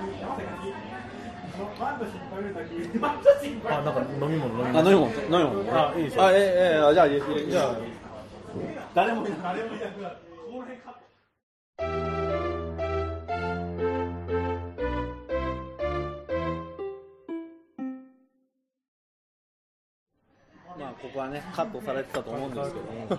あ、なんか飲み物飲み物。 あ、飲み物飲み物、ね。 あ、いいですよ。 あ、ええええ、じゃあじゃあ誰もいない。誰もいなくなる。まあここはねカットされてたと思うんですけども。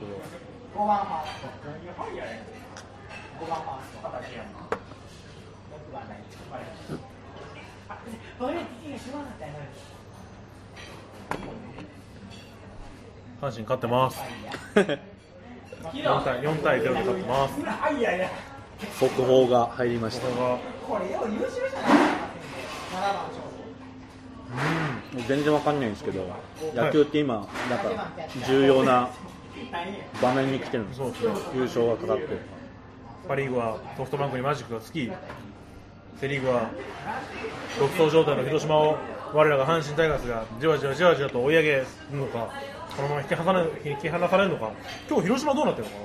阪神勝ってます。よんたいよんたいゼロで勝ってます。 速報が入りました。うん、全然わかんないんですけど、野球って今、なんか重要な場面に来てるんですよ。優勝がかかって。 パ・リーグはソフトバンクにマジックがつき、セ・リーグは独走状態の広島を我らが阪神タイガースがじわじわじわじわと追い上げるのか、このまま引き離れ、引き離されるのか。今日広島どうなってるのかな。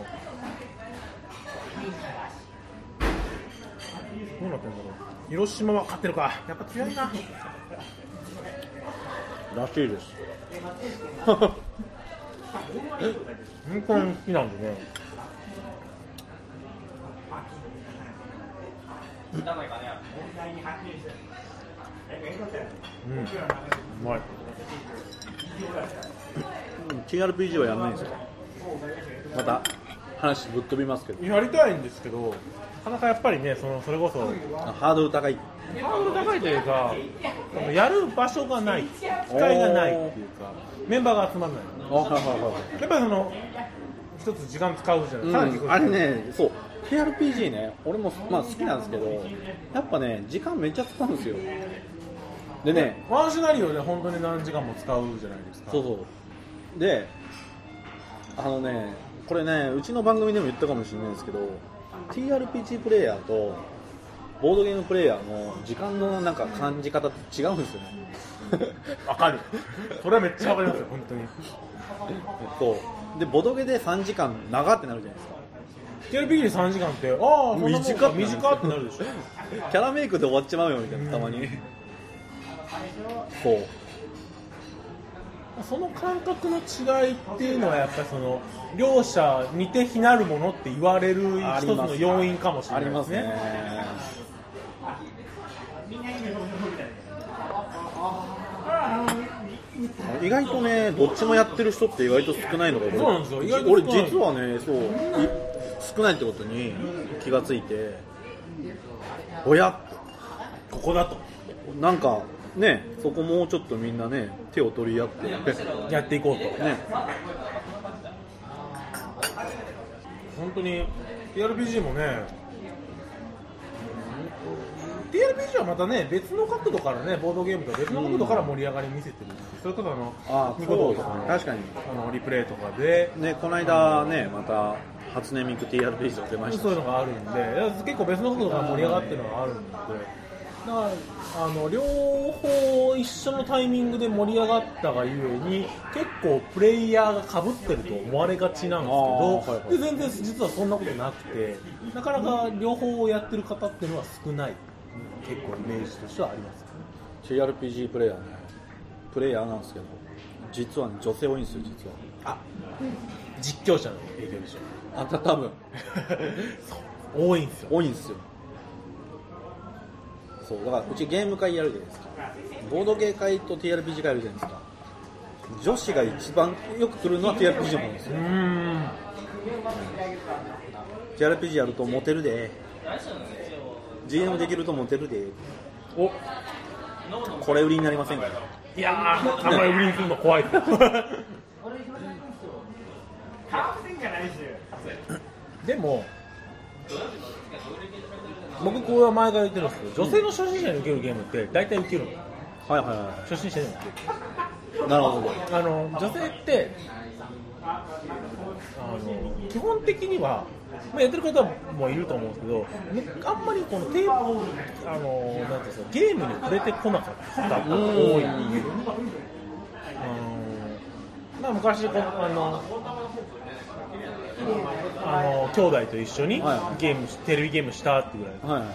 どうなってるんだろう。広島は勝ってるか。やっぱ強いな。 らしいです。 本当に好きなんでね。うん、うまい。 ティーアールピージー はやらないんですか。また話ぶっ飛びますけど。 やりたいんですけど、なかなかやっぱりね、そのそれこそハードル高い。 ハードル高いというか、やる場所がない、機会がないっていうか、メンバーが集まらない。やっぱりその一つ時間使うじゃないですか。 うん、あれね、そう ティーアールピージー ね、俺もまあ好きなんですけど、やっぱね時間めっちゃ使うんですよ。でね、 ワンシナリオで本当に何時間も使うじゃないですか。 そうそうで、あのね、これね、うちの番組でも言ったかもしれないですけど、 ティーアールピージー プレイヤーとボードゲームプレイヤーの時間のなんか感じ方って違うんですよね。 わかる。それはめっちゃわかりますよ、本当に。 そうで、ボドゲでさんじかん長ってなるじゃないですか。 ティーアールピージー でさんじかんって、ああ、そんなもんか、短ってなるでしょ。 キャラメイクで終わっちまうよみたいな、たまに。そう。 その感覚の違いっていうのはやっぱりその両者似て非なるものって言われる一つの要因かもしれないですね。 ありますね。意外とね、どっちもやってる人って意外と少ないのが、 そうなんですよ。意外と俺実はね、そう少ないってことに気がついて、おやここだとなんかね、そこもうちょっとみんなね手を取り合ってやっていこうとね。 本当に ティーアールピージー もね、ティーアールピージー はまたね別の角度からね、ボードゲームと別の角度から盛り上がり見せてる。それこそあのあニコ動とかの確かにあのリプレイとかでね、この間ねまた初音ミク ティーアールピージー 出ましたし、 そういうのがあるんで、結構別の角度から盛り上がってるのがあるんで、だからあの両方一緒のタイミングで盛り上がったがゆえに結構プレイヤーが被ってると思われがちなんですけど、はいはい、で全然実はそんなことなくて、なかなか両方やってる方っていうのは少ない、結構イメージとしてはあります、ね、 ティーアールピージー プレイヤーね、プレイヤーなんですけど実は、ね、女性多いんですよ。実はあ実況者の影響でしょ。 あんた多分そう多いんですよ。 多いんですよ。 そうだからうちゲーム会やるじゃないですか。ボードゲー会と ティーアールピージー会やるじゃないですか。女子が一番よく来るのは ティーアールピージー なんですよ。うーん ティーアールピージー やるとモテるで、 ジーエム できるとモテるで。おこれ売りになりませんか？ いやー、あんまり売りに来るの怖いでも僕これは前から言ってるんですけど、女性の初心者に受けるゲームって大体受けるの、 はいはいはい、 初心者に受ける。 なるほど。 あの女性ってあの基本的には、まあ、やってる方もいると思うんですけど、あんまりこのテーマをあのなんていうんですか、ゲームに触れてこなかった方が多い。まあ、昔こあのあの兄弟と一緒にゲーム、はい、テレビゲームしたっていうぐらい、はい、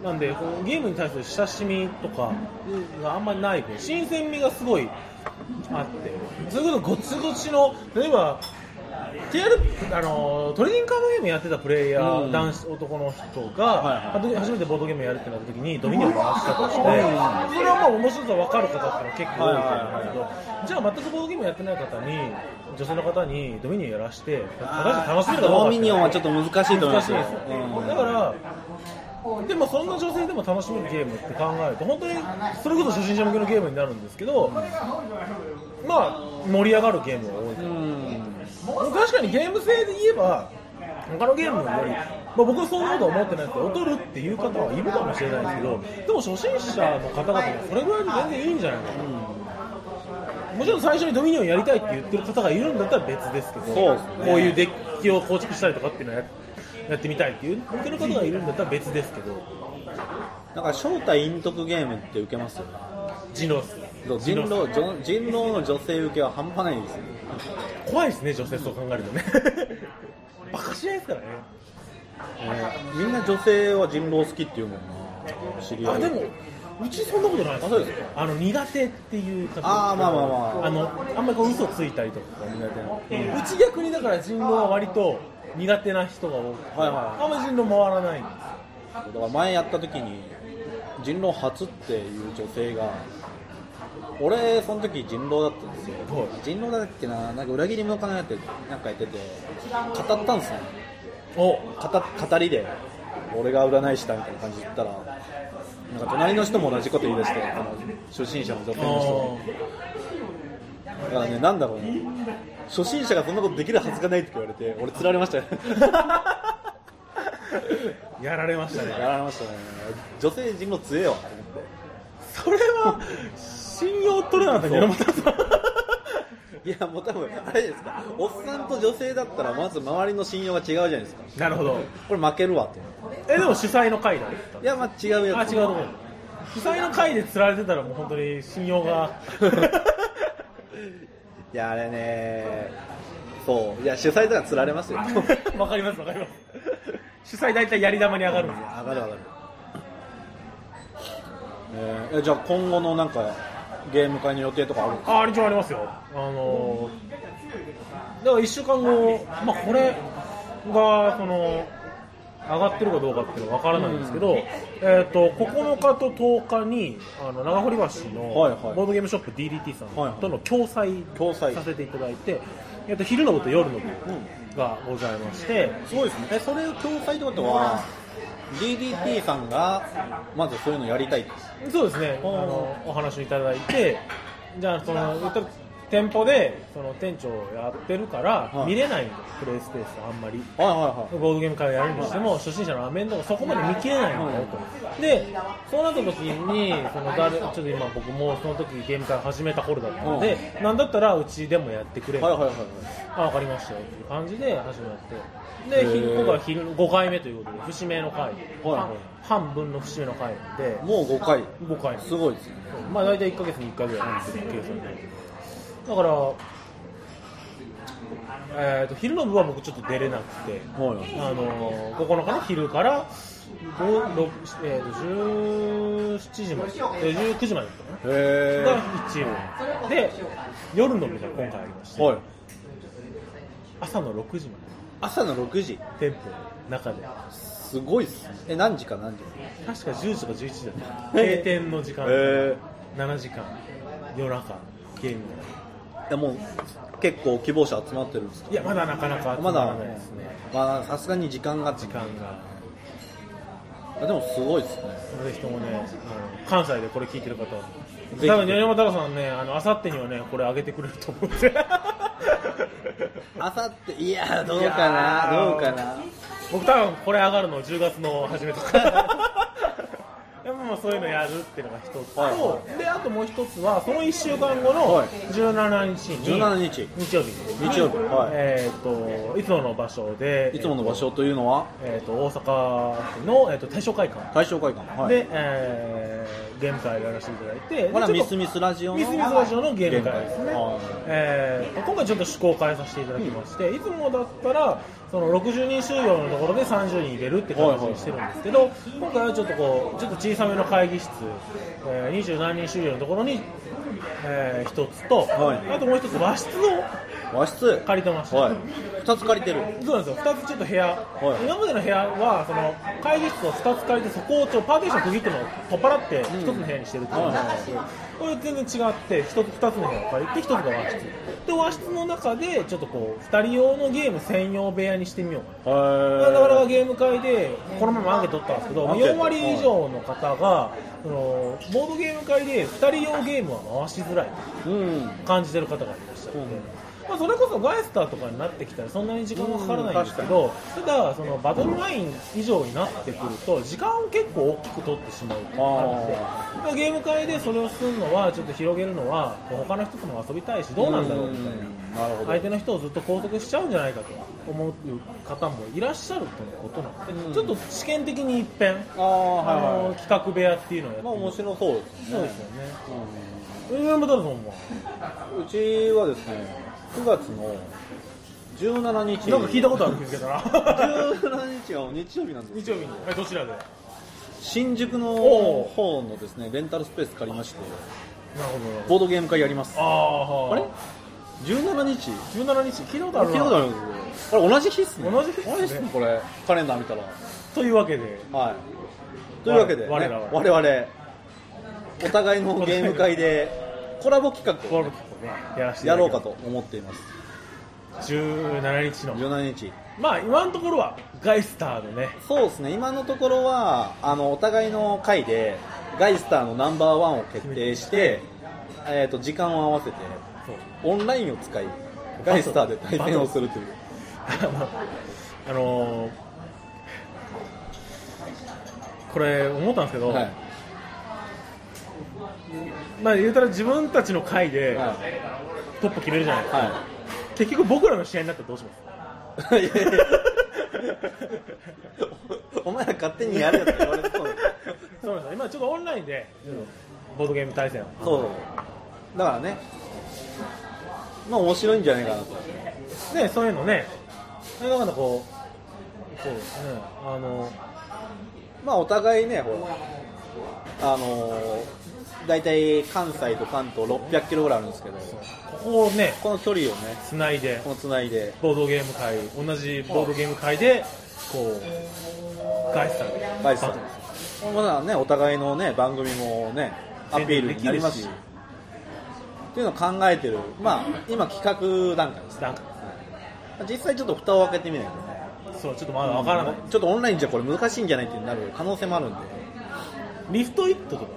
なんでこのゲームに対する親しみとかがあんまりない分、新鮮味がすごいあって、それこそごつごつの例えば ティーアール あのトレーディングカードゲームやってたプレイヤー、うん、男子男の人が、はいはい、初めてボードゲームやるってなった時にドミニオンを回したとして、うん、それはまあ面白さ分かる方ってのは結構多いと思うんですけど、はいはいはい、じゃあ全くボードゲームやってない方に女性の方にドミニオンやらして正しく楽しめるかどうか、 ドミニオンはちょっと難しいと思いますよ。 難しいですよ、うん、だからでもそんな女性でも楽しめるゲームって考えると本当にそれこそ初心者向けのゲームになるんですけど、まあ盛り上がるゲームが多い、うん、確かにゲーム性で言えば他のゲームより、まあ、僕はそういうことは思ってないですけど、劣るっていう方はいるかもしれないですけど、でも初心者の方々もそれぐらいで全然いいんじゃないかな、うん、もちろん最初にドミニオンやりたいって言ってる方がいるんだったら別ですけど、そうですね、こういうデッキを構築したりとかっていうのはややってみたいって言ってる方がいるんだったら別ですけど、 なんか正体陰徳ゲームって受けますよ。 人狼人狼人狼の女性受けは半端ないですよ。 怖いですね、女性そう考えるとねバカしないですからね、 えー、みんな女性は人狼好きっていうもんな、知り合い。 あでもうちそんなことないです。 あ、そうですか。 あの苦手っていう方、 あーまあまあまあ、 あのあんまりこう嘘ついたりとか苦手な、うん、うち逆にだから人狼は割と苦手な人が多くて、はいはい、あんまり人狼回らないんです。 だから前やった時に人狼初っていう女性が、俺その時人狼だったんですよ。人狼だっけな、なんか裏切り者かなってなんかやってて語ったんですね。お語, 語りで俺が占い師だみたいな感じで言ったら、なんか隣の人も同じこと言い出して、あの初心者の女性の人だからね、なんだろうね、初心者がそんなことできるはずがないって言われて、俺釣られましたよやられましたね。 やられましたね。女性人狼強えわと思って。 それは信用取れなかったけど、 いやもう多分あれですか、おっさんと女性だったらまず周りの信用が違うじゃないですか。 なるほど。 これ負けるわって。 えでも主催の会だった。 いやまあ違うやつ。 あ違うところ。主催の会で釣られてたらもう本当に信用がいやあれね、そういや主催とか釣られますよ。 わかりますわかります。主催大体やり玉に上がるんですよ。 上がる上がる。えー、じゃあ今後のなんかゲーム会の予定とかあるんですか？ あ、一応ありますよ。あのー、だからいっしゅうかんご、まあこれがその上がってるかどうかっていうのは分からないんですけど、うん、えー、とここのかととおかにあの長堀橋のボードゲームショップ ディーディーティー さんとの共催させていただいて、えー、と昼の部と夜の部がございまして、 すごいですね。えそれを共催ってことは ディーディーティー さんがまずそういうのやりたい。 そうですね、あのお話をいただいて、じゃあその言ったら店舗でその店長やってるから見れないんで、はい、プレイスペースあんまり、はいはいはい、ボードゲーム会をやるにしても初心者の面倒がそこまで見切れないんだよと、はい、でそうなった時にその誰ちょっと今僕もその時ゲーム会を始めた頃だったので、はい、なんだったらうちでもやってくれる、はいはいはいはい、あ分かりましたよっていう感じで始まって、で今回は昼ごかいめということで節目の回、はいはい、半分の節目の回でもうごかいごかいすごいですね。 まあ大体いっかげつにいっかいぐらいなんですけど計算で、だから、えー、と昼の部は僕ちょっと出れなくて、はい、あのここのかの昼からご、ろく、えー、とじゅうしちじまで、じゅうくじまでかなが一応で、夜の部が今回ありまして、はい、朝のろくじま朝のろくじ店舗の中ですごいっすね。え、何時か何時確かじゅうじとかじゅういちじだった閉店の時間、えー、しちじかん夜中ゲーム。 いやもう結構希望者集まってるんですか？ いやまだなかなか集まらないですね。 まださすがに時間が時間がでもすごいですね。 ぜひともね、あの関西でこれ聞いてる方は多分山田さんね、あの明後日にはねこれ上げてくれると思うんで明後日いやどうかなどうかな。 僕多分これ上がるのじゅうがつの初めとかでもまあそういうのやるっていうのが一つと、はいはい、であともう一つはそのいっしゅうかんごのじゅうしちにちにじゅうしちにち日曜日日曜日、はい、 えっ、ー、といつもの場所でいつもの場所というのは、 えー、と大阪府の、えー、と大正会館大正会館、はい、 で、えー、ゲーム会でやらせていただいて、 これはミスミスラジオのミスミスラジオのゲーム会ですね、 はい、 えー、今回ちょっと趣向を変えさせていただきまして、うん、いつもだったらそのろくじゅうにん収容のところでさんじゅうにん入れるって形にしてるんですけど、今回はちょっとこうちょっと小さめの会議室、えー、にじゅうなんにん収容のところに、えー、ひとつと、はい、あともう一つ和室を和室借りてました、はい、 ふたつ借りてる。 そうなんですよ。ふたつちょっと部屋、はい、今までの部屋はその会議室をふたつ借りてそこをちょパーテーション区切ってのを取っ払ってひとつの部屋にしてるっていうのなんですけど、これ全然違ってひとつふたつの部屋を借りてひとつが和室で、和室の中でちょっとこうふたり用のゲーム専用部屋にしてみようかな。だからゲーム会でこのままアンケート取ったんですけど、よんわり以上の方がそのボードゲーム会でふたり用ゲームは回しづらいと感じてる方がいらっしゃって、うん、まあ、それこそガイスターとかになってきたらそんなに時間がかからないんですけど、ただそのバトルライン以上になってくると時間を結構大きく取ってしまうっていうのがあるので、ゲーム会でそれをするのはちょっと広げるのは他の人とも遊びたいしどうなんだろうみたいな、相手の人をずっと拘束しちゃうんじゃないかと思う方もいらっしゃるということなので、ちょっと試験的に一遍あ、はいはい、企画部屋っていうのをやって、 まあ、面白そうですね。 そうですよね。うん、山田さんはうちはですねくがつのじゅうしちにち、 なんか聞いたことあるんですけどなじゅうしちにちは日曜日なんです。 日曜日に、え、どちらで？ 新宿の方のですねレンタルスペース借りまして、 なるほど、 ボードゲーム会やります。 ああ、 あれじゅうしちにちじゅうしちにち聞いたことあるな。 聞いたことあるんですよ。これ同じ日っすね。 同じ日っすね。 同じ日っすね、これカレンダー見たら。 というわけで、 はい。というわけで、ね、 我々 我々お互いのゲーム会でコラボ企画コラボ企画をねやらせてやろうかと思っています。 じゅうしちにちのじゅうしちにち、 まあ今のところはガイスターのね、 そうですね、今のところはあのお互いの回でガイスターのナンバーワンを決定して、えー、と時間を合わせてオンラインを使いガイスターで対戦をするというあのー、これ思ったんですけど、はい、まあ言うたら自分たちの回でトップ決めるじゃないですか、はい、結局僕らの試合になったらどうしますいやいやお前ら勝手にやるやつ言われてそうそうなんです。今ちょっとオンラインでボードゲーム対戦を、 そうだからね、まあ面白いんじゃないかなとね、そういうのね、だからこうそうですね、あのまあお互いね、ほらあのだいたい関西と関東ろっぴゃくキロぐらいあるんですけど、 ここをね、 この距離をねつないで、 このつないでボードゲーム会、同じボードゲーム会でこうガイスターでガイスターまだね、お互いのね番組もねアピールになりますしっていうのを考えてる、まあ今企画段階です。段階実際ちょっと蓋を開けてみないとね、 そうちょっとまだわからない、 うん、ちょっとオンラインじゃこれ難しいんじゃないってなる可能性もあるんで、 リフトイットとか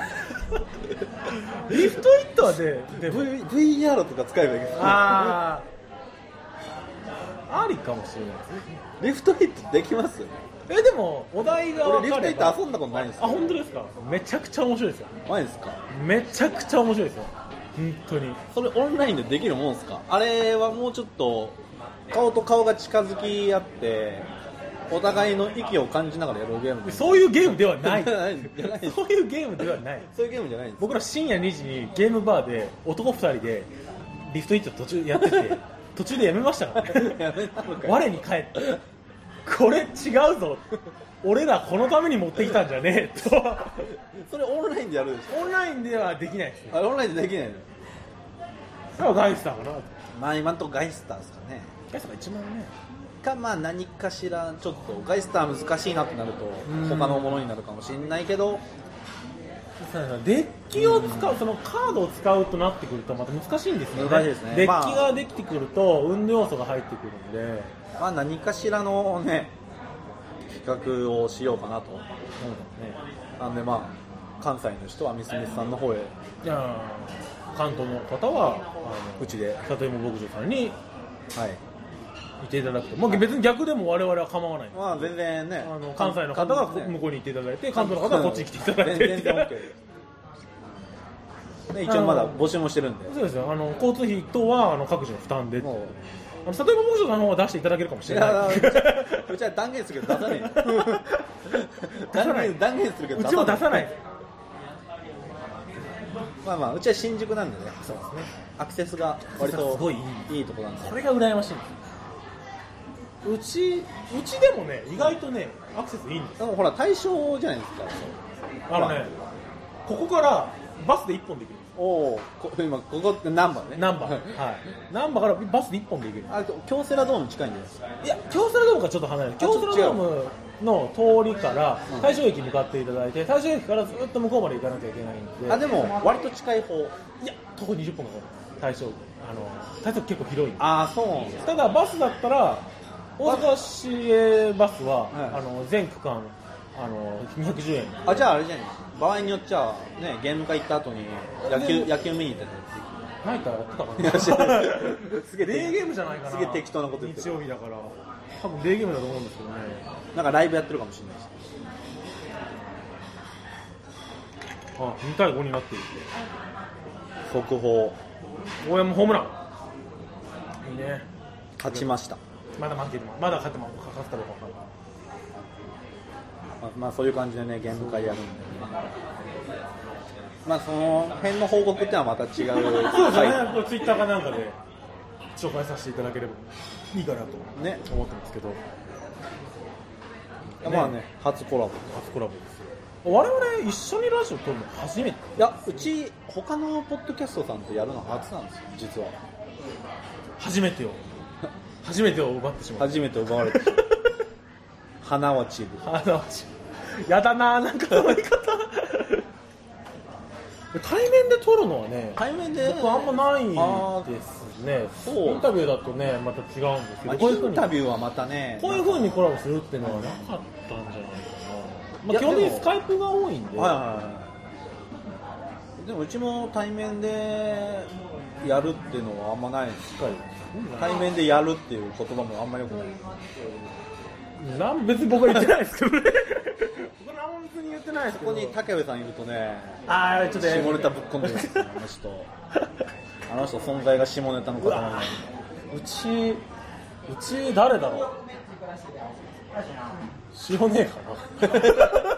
リフトイットはで、 で v、ブイアール とか使えばいいですね。 ああありかもしれないですね。 リフトイットできます？ えでもお題が分かれば。 俺リフトイット遊んだことないんですよ。 あ、本当ですか？めちゃくちゃ面白いですよ。 マジですか？ めちゃくちゃ面白いですよ、本当に。 それオンラインでできるもんですか？あれはもうちょっと顔と顔が近づき合ってお互いの息を感じながらやるゲーム。 そういうゲームではないそういうゲームではない。 そういうゲームじゃないんです。 僕ら深夜にじにゲームバーで男ふたりでリフトイット途中やってて途中でやめましたからねやめたのか。我に返ってこれ違うぞ、俺らこのために持ってきたんじゃねえとそれオンラインでやるでしょ？ オンラインではできないですね。 あ、オンラインでできないの？ だからガイスターかな。 まあ今んとこガイスターですかね。 ガイスターが一番ねか、まあ、何かしらちょっとガイスター難しいなってなると他のものになるかもしれないけど、 デッキを使う、そのカードを使うとなってくるとまた難しいんですよね。 難しいですね。 デッキができてくると運要素が入ってくるんで、 まあ、何かしらのね企画をしようかなと、うんね、なんでまあ関西の人はミスミスさんの方へ、 いや関東の方はあのうちで里芋牧場さんにはいいていただくと、まあ、別に逆でも我々は構わないんで、 まあ全然ね、 あの関西の方が向こうに行っていただいて、関東の方はこっちに来ていただいて、 全然 OK で一応まだ募集もしてるんで、 そうですよ、あの交通費等はあの各自の負担で、もうあの里芋牧場さんの方は出していただけるかもしれない。いやうちは断言するけど出さねえ断言断言するけどうちも出さない。 まあまあうちは新宿なんでね、そうですね、アクセスが割とすごいいいいいところなんで、 それが羨ましいんです。うち、うちでもね、意外とね、アクセスいいんです。 でもほら対象じゃないですか。 あのね、ここからバスでいっぽんで行けるんです。 おお、今ここって難波ね。 難波、はい。難波からバスでいっぽんで行ける。 あ、京セラドーム近いんじゃないですか。 いや、京セラドームからちょっと離れる。京セラドームの通りから大正駅に向かっていただいて、大正駅からずっと向こうまで行かなきゃいけないんで。 あ、でも割と近い方。いや、徒歩にじゅっぷんかかる。大正、あの大正結構広いんで。 あ、そうなんです。 ただバスだったら。大阪市営バスは、はい、あの全区間あのにひゃくじゅうえん。 あ、じゃああれじゃない、場合によっちゃね、ゲーム会行った後に野球野球見に行ったりナイターやってたかな。 すげえデーゲームじゃないかな。 すげえ適当なこと言ってる。日曜日だから多分デーゲームだと思うんですけどね。 なんかライブやってるかもしれないし。 あ、にたいごになっている。 速報。 大山ホームラン。いいね。 勝ちました。 まだ負けても、まだ勝っても勝つかどうか分からない。 まあ、まあそういう感じでね、ゲーム会やるんで、ね、まあその辺の報告っていうのはまた違う。そうですね。ツイッターかなんかで紹介させていただければいいかなとね思ってますけど。 まあね、初コラボ。 初コラボですよ。我々一緒にラジオ撮るの初めて。いや、うち他のポッドキャストさんとやるの初なんですよ、実は。 初めてよ。初めてを奪ってしまう。 初めて奪われて花は散る。 花は散る。やだな、なんかその言い方。対面で撮るのはね、 対面で僕あんまないですね。そうインタビューだとね、また違うんですけど、 まあ、こういうインタビューはまたね、 こういう風にコラボするっていうのはなかったんじゃないかな。まあ、基本的にスカイプが多いんで。はいはいはい。 でもうちも対面でやるっていうのはあんまないです。対面でやるっていう言葉もあんまりよくない。 なん別に僕は言ってないですけどね。僕は何も別に言ってないですけど。 ここに竹部さんいるとね、 あーちょっと下ネタぶっ込んでるんですよ、あの人。あの人存在が下ネタの方なんで。 うち、うち誰だろう。塩ねえかな。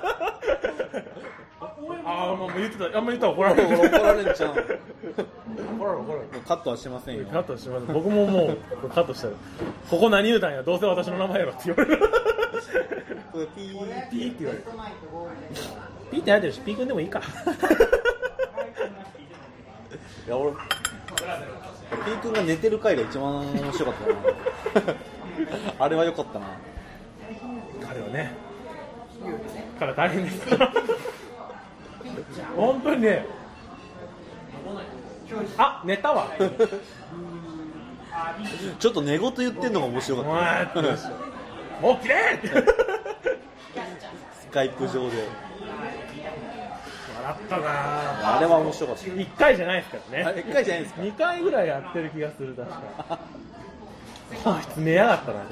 ああ、もう言ってた、あんまり言ったら怒られる。 怒られんちゃう。怒られる怒られる。 カットはしませんよ。 カットはしません。僕ももうカットしたら、ここ何言うたんや、どうせ私の名前やろって言われる。 ピーピーって言われる。ピーって入ってるし、ピー君でもいいか。 いや俺、ピー君が寝てる回が一番面白かったな。あれは良かったな。 彼はね、彼は大変ですから。本当にね、あ、寝たわ。 ちょっと寝言言ってんのが面白かった。 もう起きれー。 スカイプ上で笑ったな。 あれは面白かった。 いっかいじゃないですからね。 あ、いっかいじゃないですか。 にかいぐらいやってる気がする。確かこいつ寝やがったな。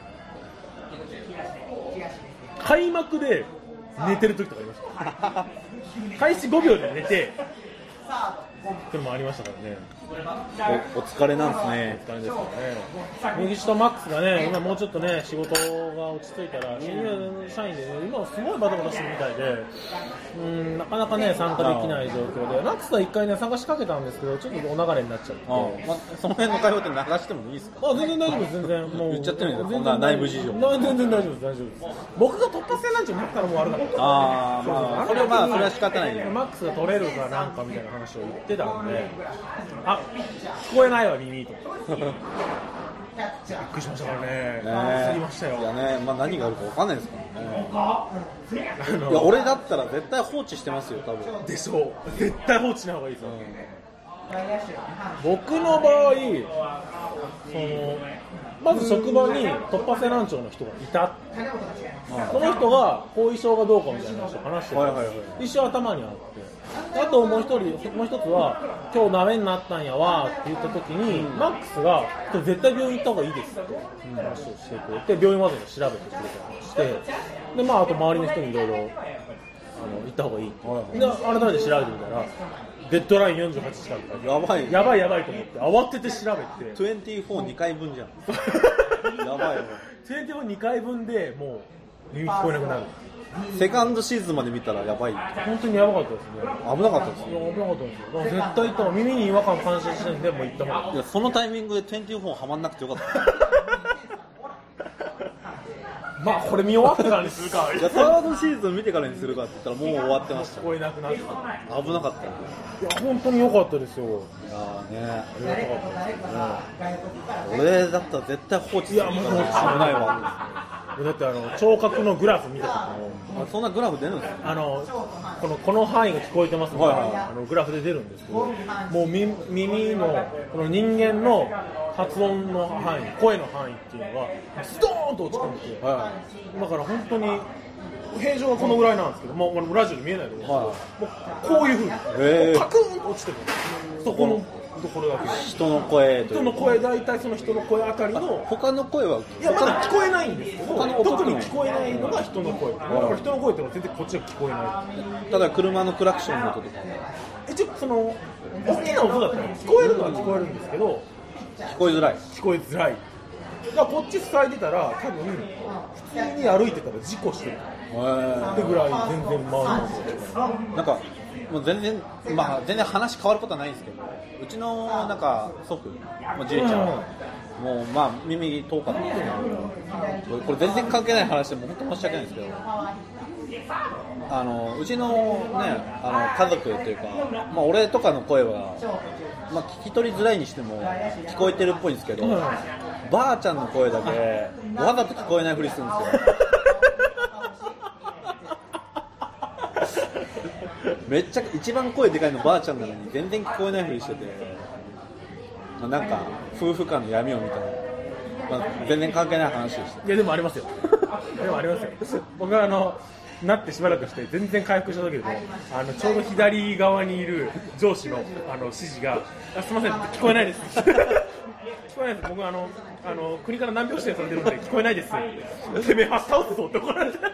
開幕で寝てる時とかありました。開始ごびょうで寝てってのもありましたからね。 お, お疲れなんですね。 お疲れですからね。右下マックスがね、今もうちょっとね仕事が落ち着いたら新入社員で、ね、今すごいバタバタしてるみたいで、うん、なかなかね参加できない状況で、マックスはいっかいね参加しかけたんですけど、ちょっとお流れになっちゃって、 あ、ま、その辺の会話って流してもいいですか？ あ、全然大丈夫です。全然もう言っちゃってるんですよ。こんな内部事情。 全然大丈夫です。大丈夫です。僕が突発性なんちゅうなったらもう悪かった。 ああ、まあそれはまあそれは仕方ないね。 マックスが取れるかなんかみたいな話を言ってたんで、あ、聞こえないわ耳と。 びっくりしましたからね。 ね焦りましたよ。 いやね、まあ何があるか分かんないですからね。 あのいや俺だったら絶対放置してますよ多分。 でしょう。絶対放置しない方がいいですよ。僕の場合、そのまず職場に突破性難聴の人がいた。その人が後遺症がどうかみたいな話を話してて、 はいはいはい、 一生頭にあって、あともう一人、もう一つは今日ダメになったんやわって言った時に、うん、マックスが絶対病院行った方がいいですって話をしてくれて、病院まで調べてくれたりして、でまああと周りの人にいろいろ行った方がいいって、はいはい、で改めて調べてみたら。デッドラインよんじゅうはちじかんとかやばいやばいやばいと思って慌てて調べてにじゅうよんにかいぶんじゃんやばいよにじゅうよんにかいぶんでもう耳聞こえなくなる。 セカンドシーズンまで見たらやばい。 本当にやばかったですね。 危なかったですね。 いや危なかったんですよ。だから絶対行った方が耳に違和感感じしてるんでもう行った方がいい。 いやそのタイミングでにじゅうよんはまんなくてよかったまあこれ見終わってからにするか。 いやサードシーズン見てからにするかって言ったらもう終わってました。 聞こえなくなってた。 危なかった。 いや本当に良かったですよ。 いやね、 ありがたかったですね。俺だったら絶対放置するから危ないわ。 だってあの聴覚のグラフ見た時もあそんなグラフ出るんですか。 あのこのこの範囲が聞こえてますので、 はいはい、 あのグラフで出るんですけど、もうみ耳のこの人間の発音の範囲、声の範囲っていうのがストーンと落ち込んでて、はい、だから本当に平常はこのぐらいなんですけど、もうラジオで見えないけど、はい、もうこういう風にカクーンと落ちてる。そこのところだけ人の声という人の声大体その人の声あたりの他の声はいやまだ聞こえないんですけど、 他の特に聞こえないのが人の声。だから人の声ってのは全然こっちが聞こえない。 ただ車のクラクションの音とか一応その大きな音だったら聞こえるのは聞こえるんですけど聞こえづらい聞こえづらい。だからこっち塞いでたら多分普通に歩いてたら事故してるってぐらい全然回りますよ。 なんかもう全然まあ全然話変わることはないんですけど、うちのなんか祖父もうじいちゃん、うん、もうまあ耳遠かったんですけど、これ全然関係ない話でも本当申し訳ないんですけど、あのうちのねあの家族というか、まあ俺とかの声はまあ聞き取りづらいにしても聞こえてるっぽいんですけど、うん、ばあちゃんの声だけわざと聞こえないふりするんですよ。めっちゃ一番声でかいのばあちゃんなのに全然聞こえないふりしてて、まあ、なんか夫婦間の闇を見たら、まあ、全然関係ない話でした。 いやでもありますよでもありますよ。僕はあのなってしばらくして全然回復した時でもあのちょうど左側にいる上司のあの指示があすみません聞こえないです聞こえないです僕はあのあの国から難病指定されてるので聞こえないですてめえは倒すぞって怒られて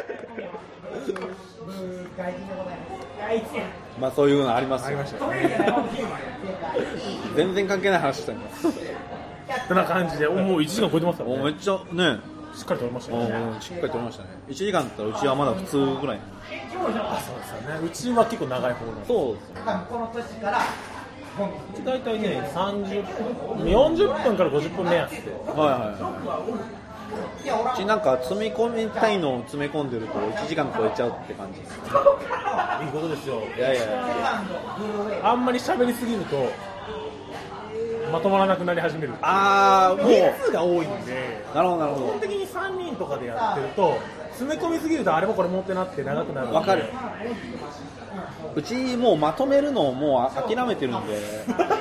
まあそういうのありますよ。 ありましたね。 全然関係ない話したよ。 こんな感じでもういちじかん超えてますからね。 めっちゃねしっかり取れましたね。 しっかり取れましたね。いちじかんだったらうちはまだ普通ぐらい。 あ、そうですよね。うちは結構長い方なんで。 そうですね。 うち大体ねさんじゅっぷんよんじゅっぷんからごじゅっぷん目安で。 はいはい。うちなんか積み込みたいのを詰め込んでるといちじかん超えちゃうって感じです。 いいことですよ。 いやいやいや。あんまり喋りすぎるとまとまらなくなり始める。 ああ、もう人数が多いんで。 なるほどなるほど。 基本的にさんにんとかでやってると詰め込みすぎるとあれもこれもってなって長くなる。 わかる。うちもうまとめるのをもう諦めてるんで。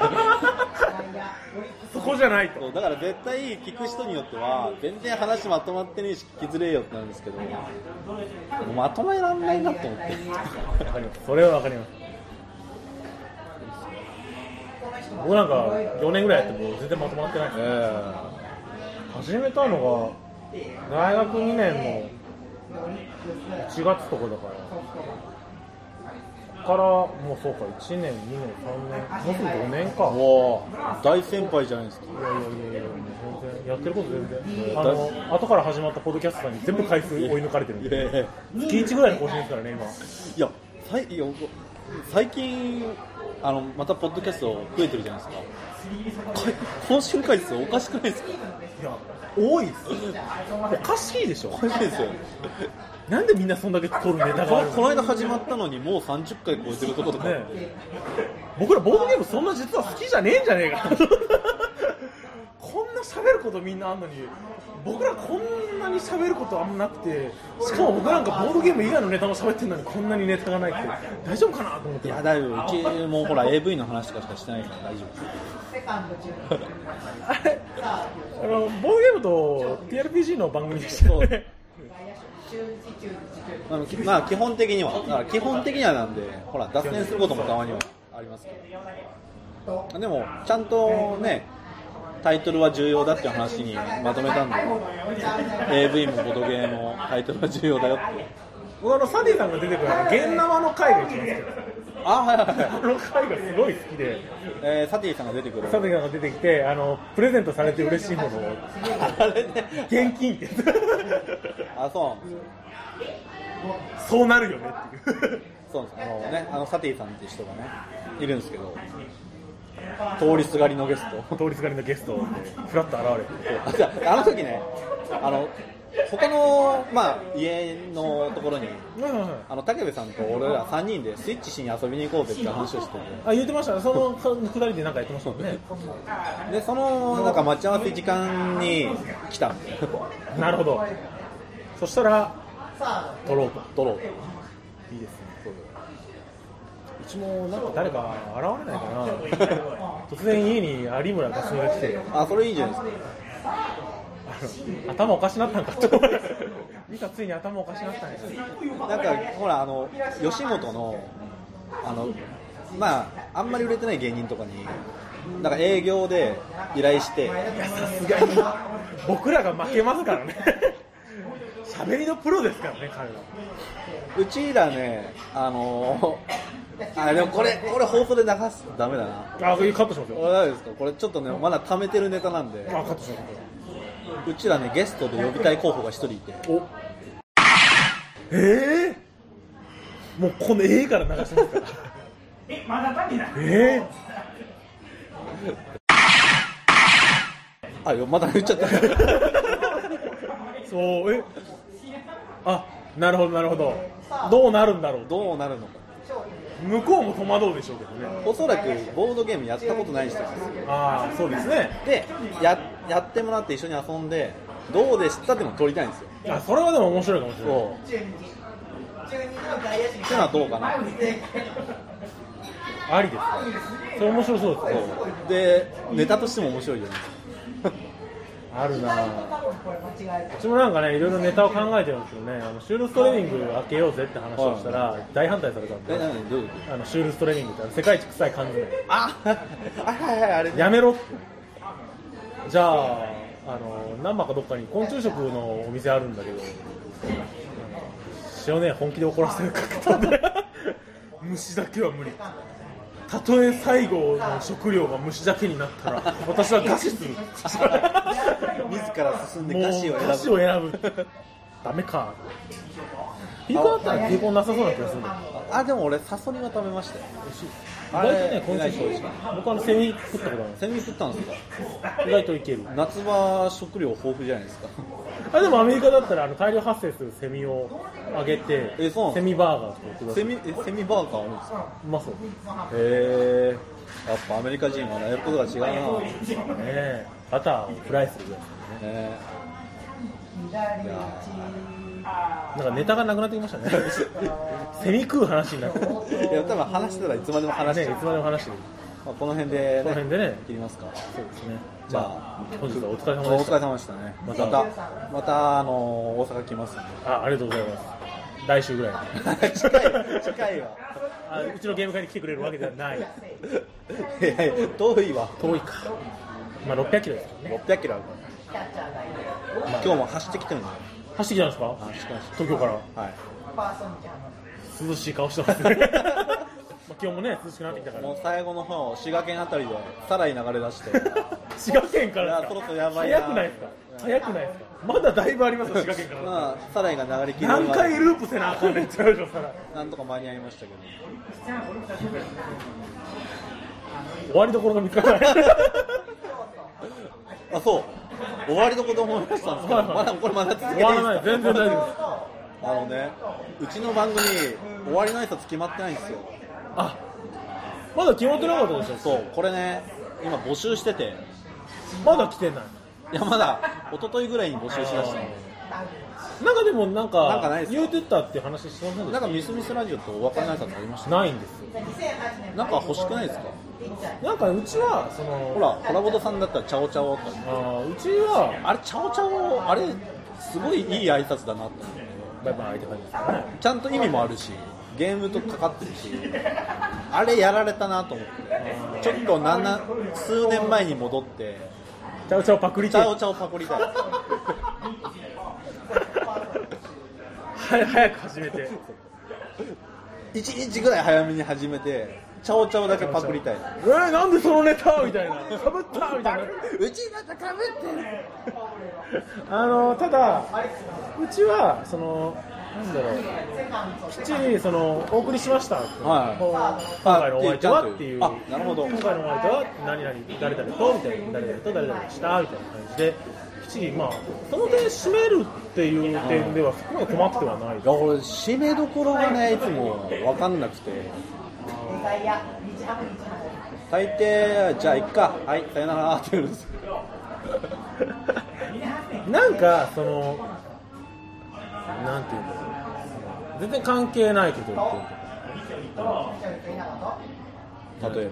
そこじゃないと。 だから絶対聞く人によっては全然話まとまってねえし聞きづれえよってなるんですけど、もうまとめらんないなと思って。 それはわかります。僕なんかよねんぐらいやっても全然まとまってないです、ね。えー、始めたのが大学にねんのいちがつとかだから。からもうそうかいちねん、にねん、さんねん、もうすぐごねんか。 お大先輩じゃないですか。 いやいやいやいや、全然やってること全然。あの後から始まったポッドキャストさんに全部回数追い抜かれてるんで。月いちぐらいの更新ですからね今。 いや、さいいや最近あのまたポッドキャスト増えてるじゃないですか。更新回数おかしくないですか。 いや多いです。おかしいでしょ。 おかしいですよ。 なんでみんなそんだけ撮るネタがあるの。 この間始まったのにもうさんじゅっかい超えてるところとか、ね、 僕らボードゲームそんな実は好きじゃねえんじゃねえかこんな喋ることみんなあんのに僕らこんなに喋ることあんまなくて、しかも僕なんかボードゲーム以外のネタも喋ってるのにこんなにネタがないって大丈夫かなと思って。 いや大丈夫、うちもうほら エーブイ の話とかしかしてないから大丈夫あれあのボードゲームと ティーアールピージー の番組でしたよね。 あのまあ基本的にはだから基本的にはなんでほら脱線することもたまにはありますけど、でもちゃんとねタイトルは重要だっていう話にまとめたんで エーブイ もボードゲームもタイトルは重要だよって。 僕あのサディさんが出てくるゲン生の回が一番好きです。 あはいはいはいあの回がすごい好きで、 えー、サティさんが出てくるサディさんが出てきてあのプレゼントされて嬉しいものをあれね現金ってあそうそうなるよねっていうそうですあのねあのサティさんっていう人がねいるんですけど、通りすがりのゲスト通りすがりのゲストでフラッと現れて、 あの時ねあの他の、まあ、家のところに、 はいはいはい、 あの武部さんと俺らさんにんでスイッチしに遊びに行こうぜって話をしてて、 あ言ってましたね、そのくだりで何かやってましたもんね。 でそのなんか待ち合わせ時間に来たんでなるほど、そしたら撮ろうと撮ろうと。 いいですね。うちもなんか誰か現れないかな突然家に有村架純が来て、 あそれいいじゃないですか。 あの頭おかしなったんかと思って見たついに頭おかしなったんです。 なんかほらあの吉本のあのまああんまり売れてない芸人とかになんか営業で依頼して、 いやさすがに僕らが負けますからね喋りのプロですからね彼ら。 うちらねあのあでもこれこれ放送で流すとダメだな。 あカットしますよ。 これ大丈夫ですか。これちょっとねまだ貯めてるネタなんで。 あカットします。 うちらねゲストで呼びたい候補が一人いて。おえー、もうこのええから流しますからえまだ足りないえー、あよまだ言っちゃったそうえあなるほどなるほど、どうなるんだろう、 どうなるのか。 向こうも戸惑うでしょうけどね。 おそらくボードゲームやったことない人ですよ。 ああそうですね。 で や, やってもらって一緒に遊んでどうでしたっても撮りたいんですよ。 あそれはでも面白いかもしれない。 そうっていうのはどうかな。 ありですそれ面白そうですね。 でネタとしても面白いよねあるなうちもなんかねいろいろネタを考えてるんですよね。あのシュールストレーニング開けようぜって話をしたら大反対されたんで。 え何どういうこと。 あのシュールストレーニングって世界一臭い缶詰。 あはいはいあれやめろって。じゃああの難波かどっかに昆虫食のお店あるんだけど塩ね本気で怒らせるかけたんで虫だけは無理。たとえ最後の食料が虫だけになったら私は餓死する自ら進んで菓子を選ぶ。 菓子を選ぶダメか。ピーコンだったらピーコンなさそうな気がするんだよ。 あでも俺サソリは食べましたよ。 意外とね昆虫食僕はあのセミ食ったことある。 セミ食ったんですか。 意外といける。 夏場食料豊富じゃないですかあでもアメリカだったらあの大量発生するセミをあげてえそうセミバーガーとか売ってください。 セミえセミバーガーあるんですか。 うまそう。 へえやっぱアメリカ人はやることが違うなねバターをフライするぐらいですね。 ねいやなんかネタがなくなってきましたねセミ食う話になっていや多分話してたらいつまでも話してる、 ね、いつまでも話してる。 まあ、この辺で、ね、 この辺でね切りますか。 そうですね。 じゃあ本日はお疲れ様でおした。 疲れ様でしたね。またまたまたあの大阪来ますんであありがとうございます。来週ぐらい近い近いわあうちのゲーム会に来てくれるわけではない。 いやいや遠いわ。 遠いか。まあろっぴゃくキロですからね。 ろっぴゃくキロあるから、まあ、今日も走ってきてるんだよ。 走ってきたんですか。 走ってきました東京から。 はい涼しい顔してますねまあ今日もね涼しくなってきたから。 もう最後の方滋賀県あたりでさらに流れ出して滋賀県からですか。 いやそろそろやばいな。 早くないですか。早くないですか。まだだいぶありますよ滋賀県から。 まあさらにが流れ切る何回ループせなあかんねんって言うでしょさら。 なんとか間に合いましたけど終わりどころが見つからないあそう終わりどころと思いましたんですけどまだこれまだ続けていいですか。 終わらない全然大丈夫です。 あのねうちの番組終わりの挨拶決まってないんですよ。 あまだ決まってなかったでしょ。 そうこれね今募集しててまだ来てない。 いやまだ一昨日ぐらいに募集しだしたの。 なんかでもなんかなんかないですか言うてたって話してませんでした？ なんかミスミスラジオとお別れの挨拶ありました？ ないんですよ。 なんか欲しくないですか？ なんかうちはそのほらコラボドさんだったらチャオチャオとか、 あうちはあれチャオチャオあれすごいいい挨拶だなって。 バイバイって感じですかね。 ちゃんと意味もあるしゲームとかかってるし、あれやられたなと思って、ちょっとなな数年前に戻ってチャオチャオパクリたい。 チャオチャオパクリたい。 は早く始めていちにちぐらい早めに始めてチャオチャオだけパクりたい。 えー、なんでそのネタみたいなかぶったみたいなうちだってかぶってる。 あのただうちはそのなんだろうきっちりそのお送りしました、 はい、 今回のお相手はっていう、 あなるほど、 今回のお相手は何々誰々とみたいな誰々と誰々したみたいな感じできっちりまあその点締めるっていう点ではそこまで困ってはない。 いや俺締めどころがねいつも分かんなくて大抵じゃあいっかはいさよならって言うんですよ。 なんかそのなんていうんだろう全然関係ないこと言ってるとか例えば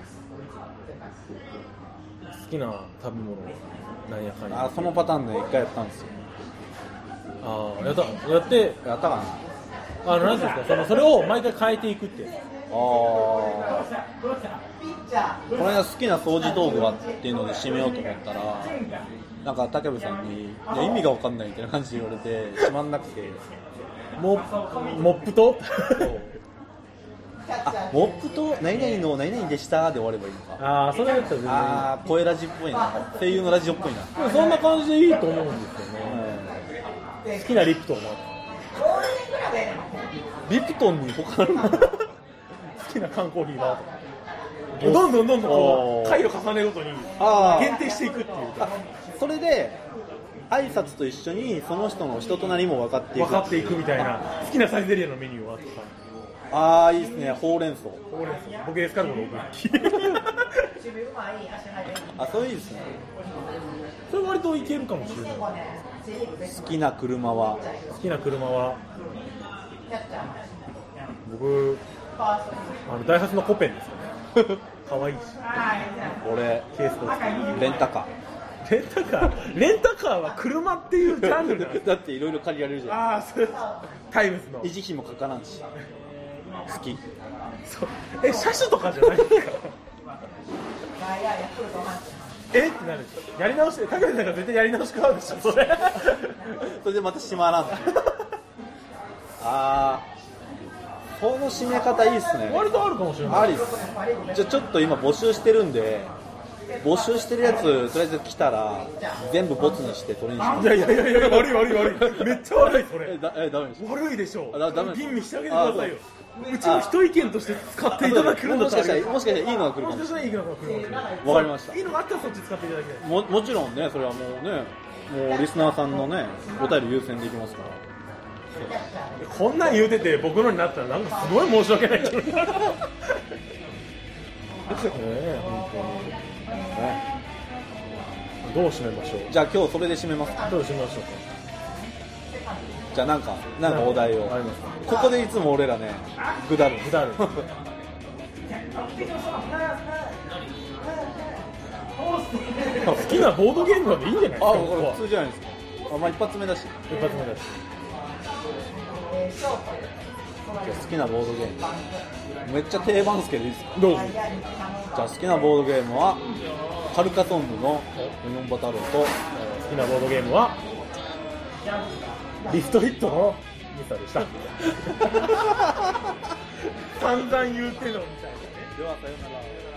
好きな食べ物何やかんやあそのパターンでいっかいやったんですよ。 ああやったやってやったかなあのなんていうんですかそのそれを毎回変えていくってあこの間好きな掃除道具はっていうので締めようと思ったらなんか武部さんにいや意味が分かんないみたいな感じで言われて閉まんなくてモモップとあモップと何々の何々でしたで終わればいいのか。 ああそれだったら全然ああ声ラジっぽいな声優のラジオっぽいな。 でもそんな感じでいいと思うんですよね、うん、好きなリプトンはリプトンに他の好きな缶コーヒーはどんどんどんどんこう回を重ねるごとに限定していくっていうかそれで挨拶と一緒にその人の人となりも分かっていく分かっていくみたいな好きなサイゼリヤのメニューはとかああいいですねほうれん草ほうれん草ボケですかこのあそういいですねそれ割といけるかもしれない。 好きな車は好きな車は僕あのダイハツのコペンですよねかわいいし俺ケースとレンタカーレンタカーレンタカーは車っていうジャンルだーだっていろいろ借りられるじゃん。 ああそれタイムズの維持費もかからんし好きそうえ車種とかじゃないですかえってなるんですよやり直して高橋さんが絶対やり直し買うでしょそれそれでまた閉まらんあーこの締め方いいっすね。 割とあるかもしれない。 ありっす。じゃあちょっと今募集してるんで募集してるやつとりあえず来たら全部ボツにしてそれにします。 いやいやいやいや悪い悪い悪いめっちゃ悪いそれえだえダメでしょ。 悪いでしょあだダメ吟味してあげてくださいよ。うちの一意見として使っていただけるんだったらもしかしたらもしかしたらいいのが来るかもしれない。 もしかしたらいいのが来るかもしれない。 わかりました。 いいのがあったらそっち使っていただきたい。 ももちろんねそれはもうねもうリスナーさんのねお便り優先でいきますから。 こんなん言うてて僕のになったらなんかすごい申し訳ないけど。ええ本当に。ね。どう締めましょう。 じゃあ今日それで締めますか。 どう締めましょうか。 じゃあなんかなんかお題を。 ありますか。 ここでいつも俺らねぐだるぐだる。好きなボードゲームなんでいいんじゃないですか。 あ、これ普通じゃないですか。あ、まあ一発目だし。 一発目だし。 じゃあ好きなボードゲーム。めっちゃ定番ですけどいいですか。 どうぞ。 じゃあ好きなボードゲームはカルカソンヌのユノンバ太郎と、 好きなボードゲームはリストリットのミサでした。散々言うてのみたいなね。 ではさよなら。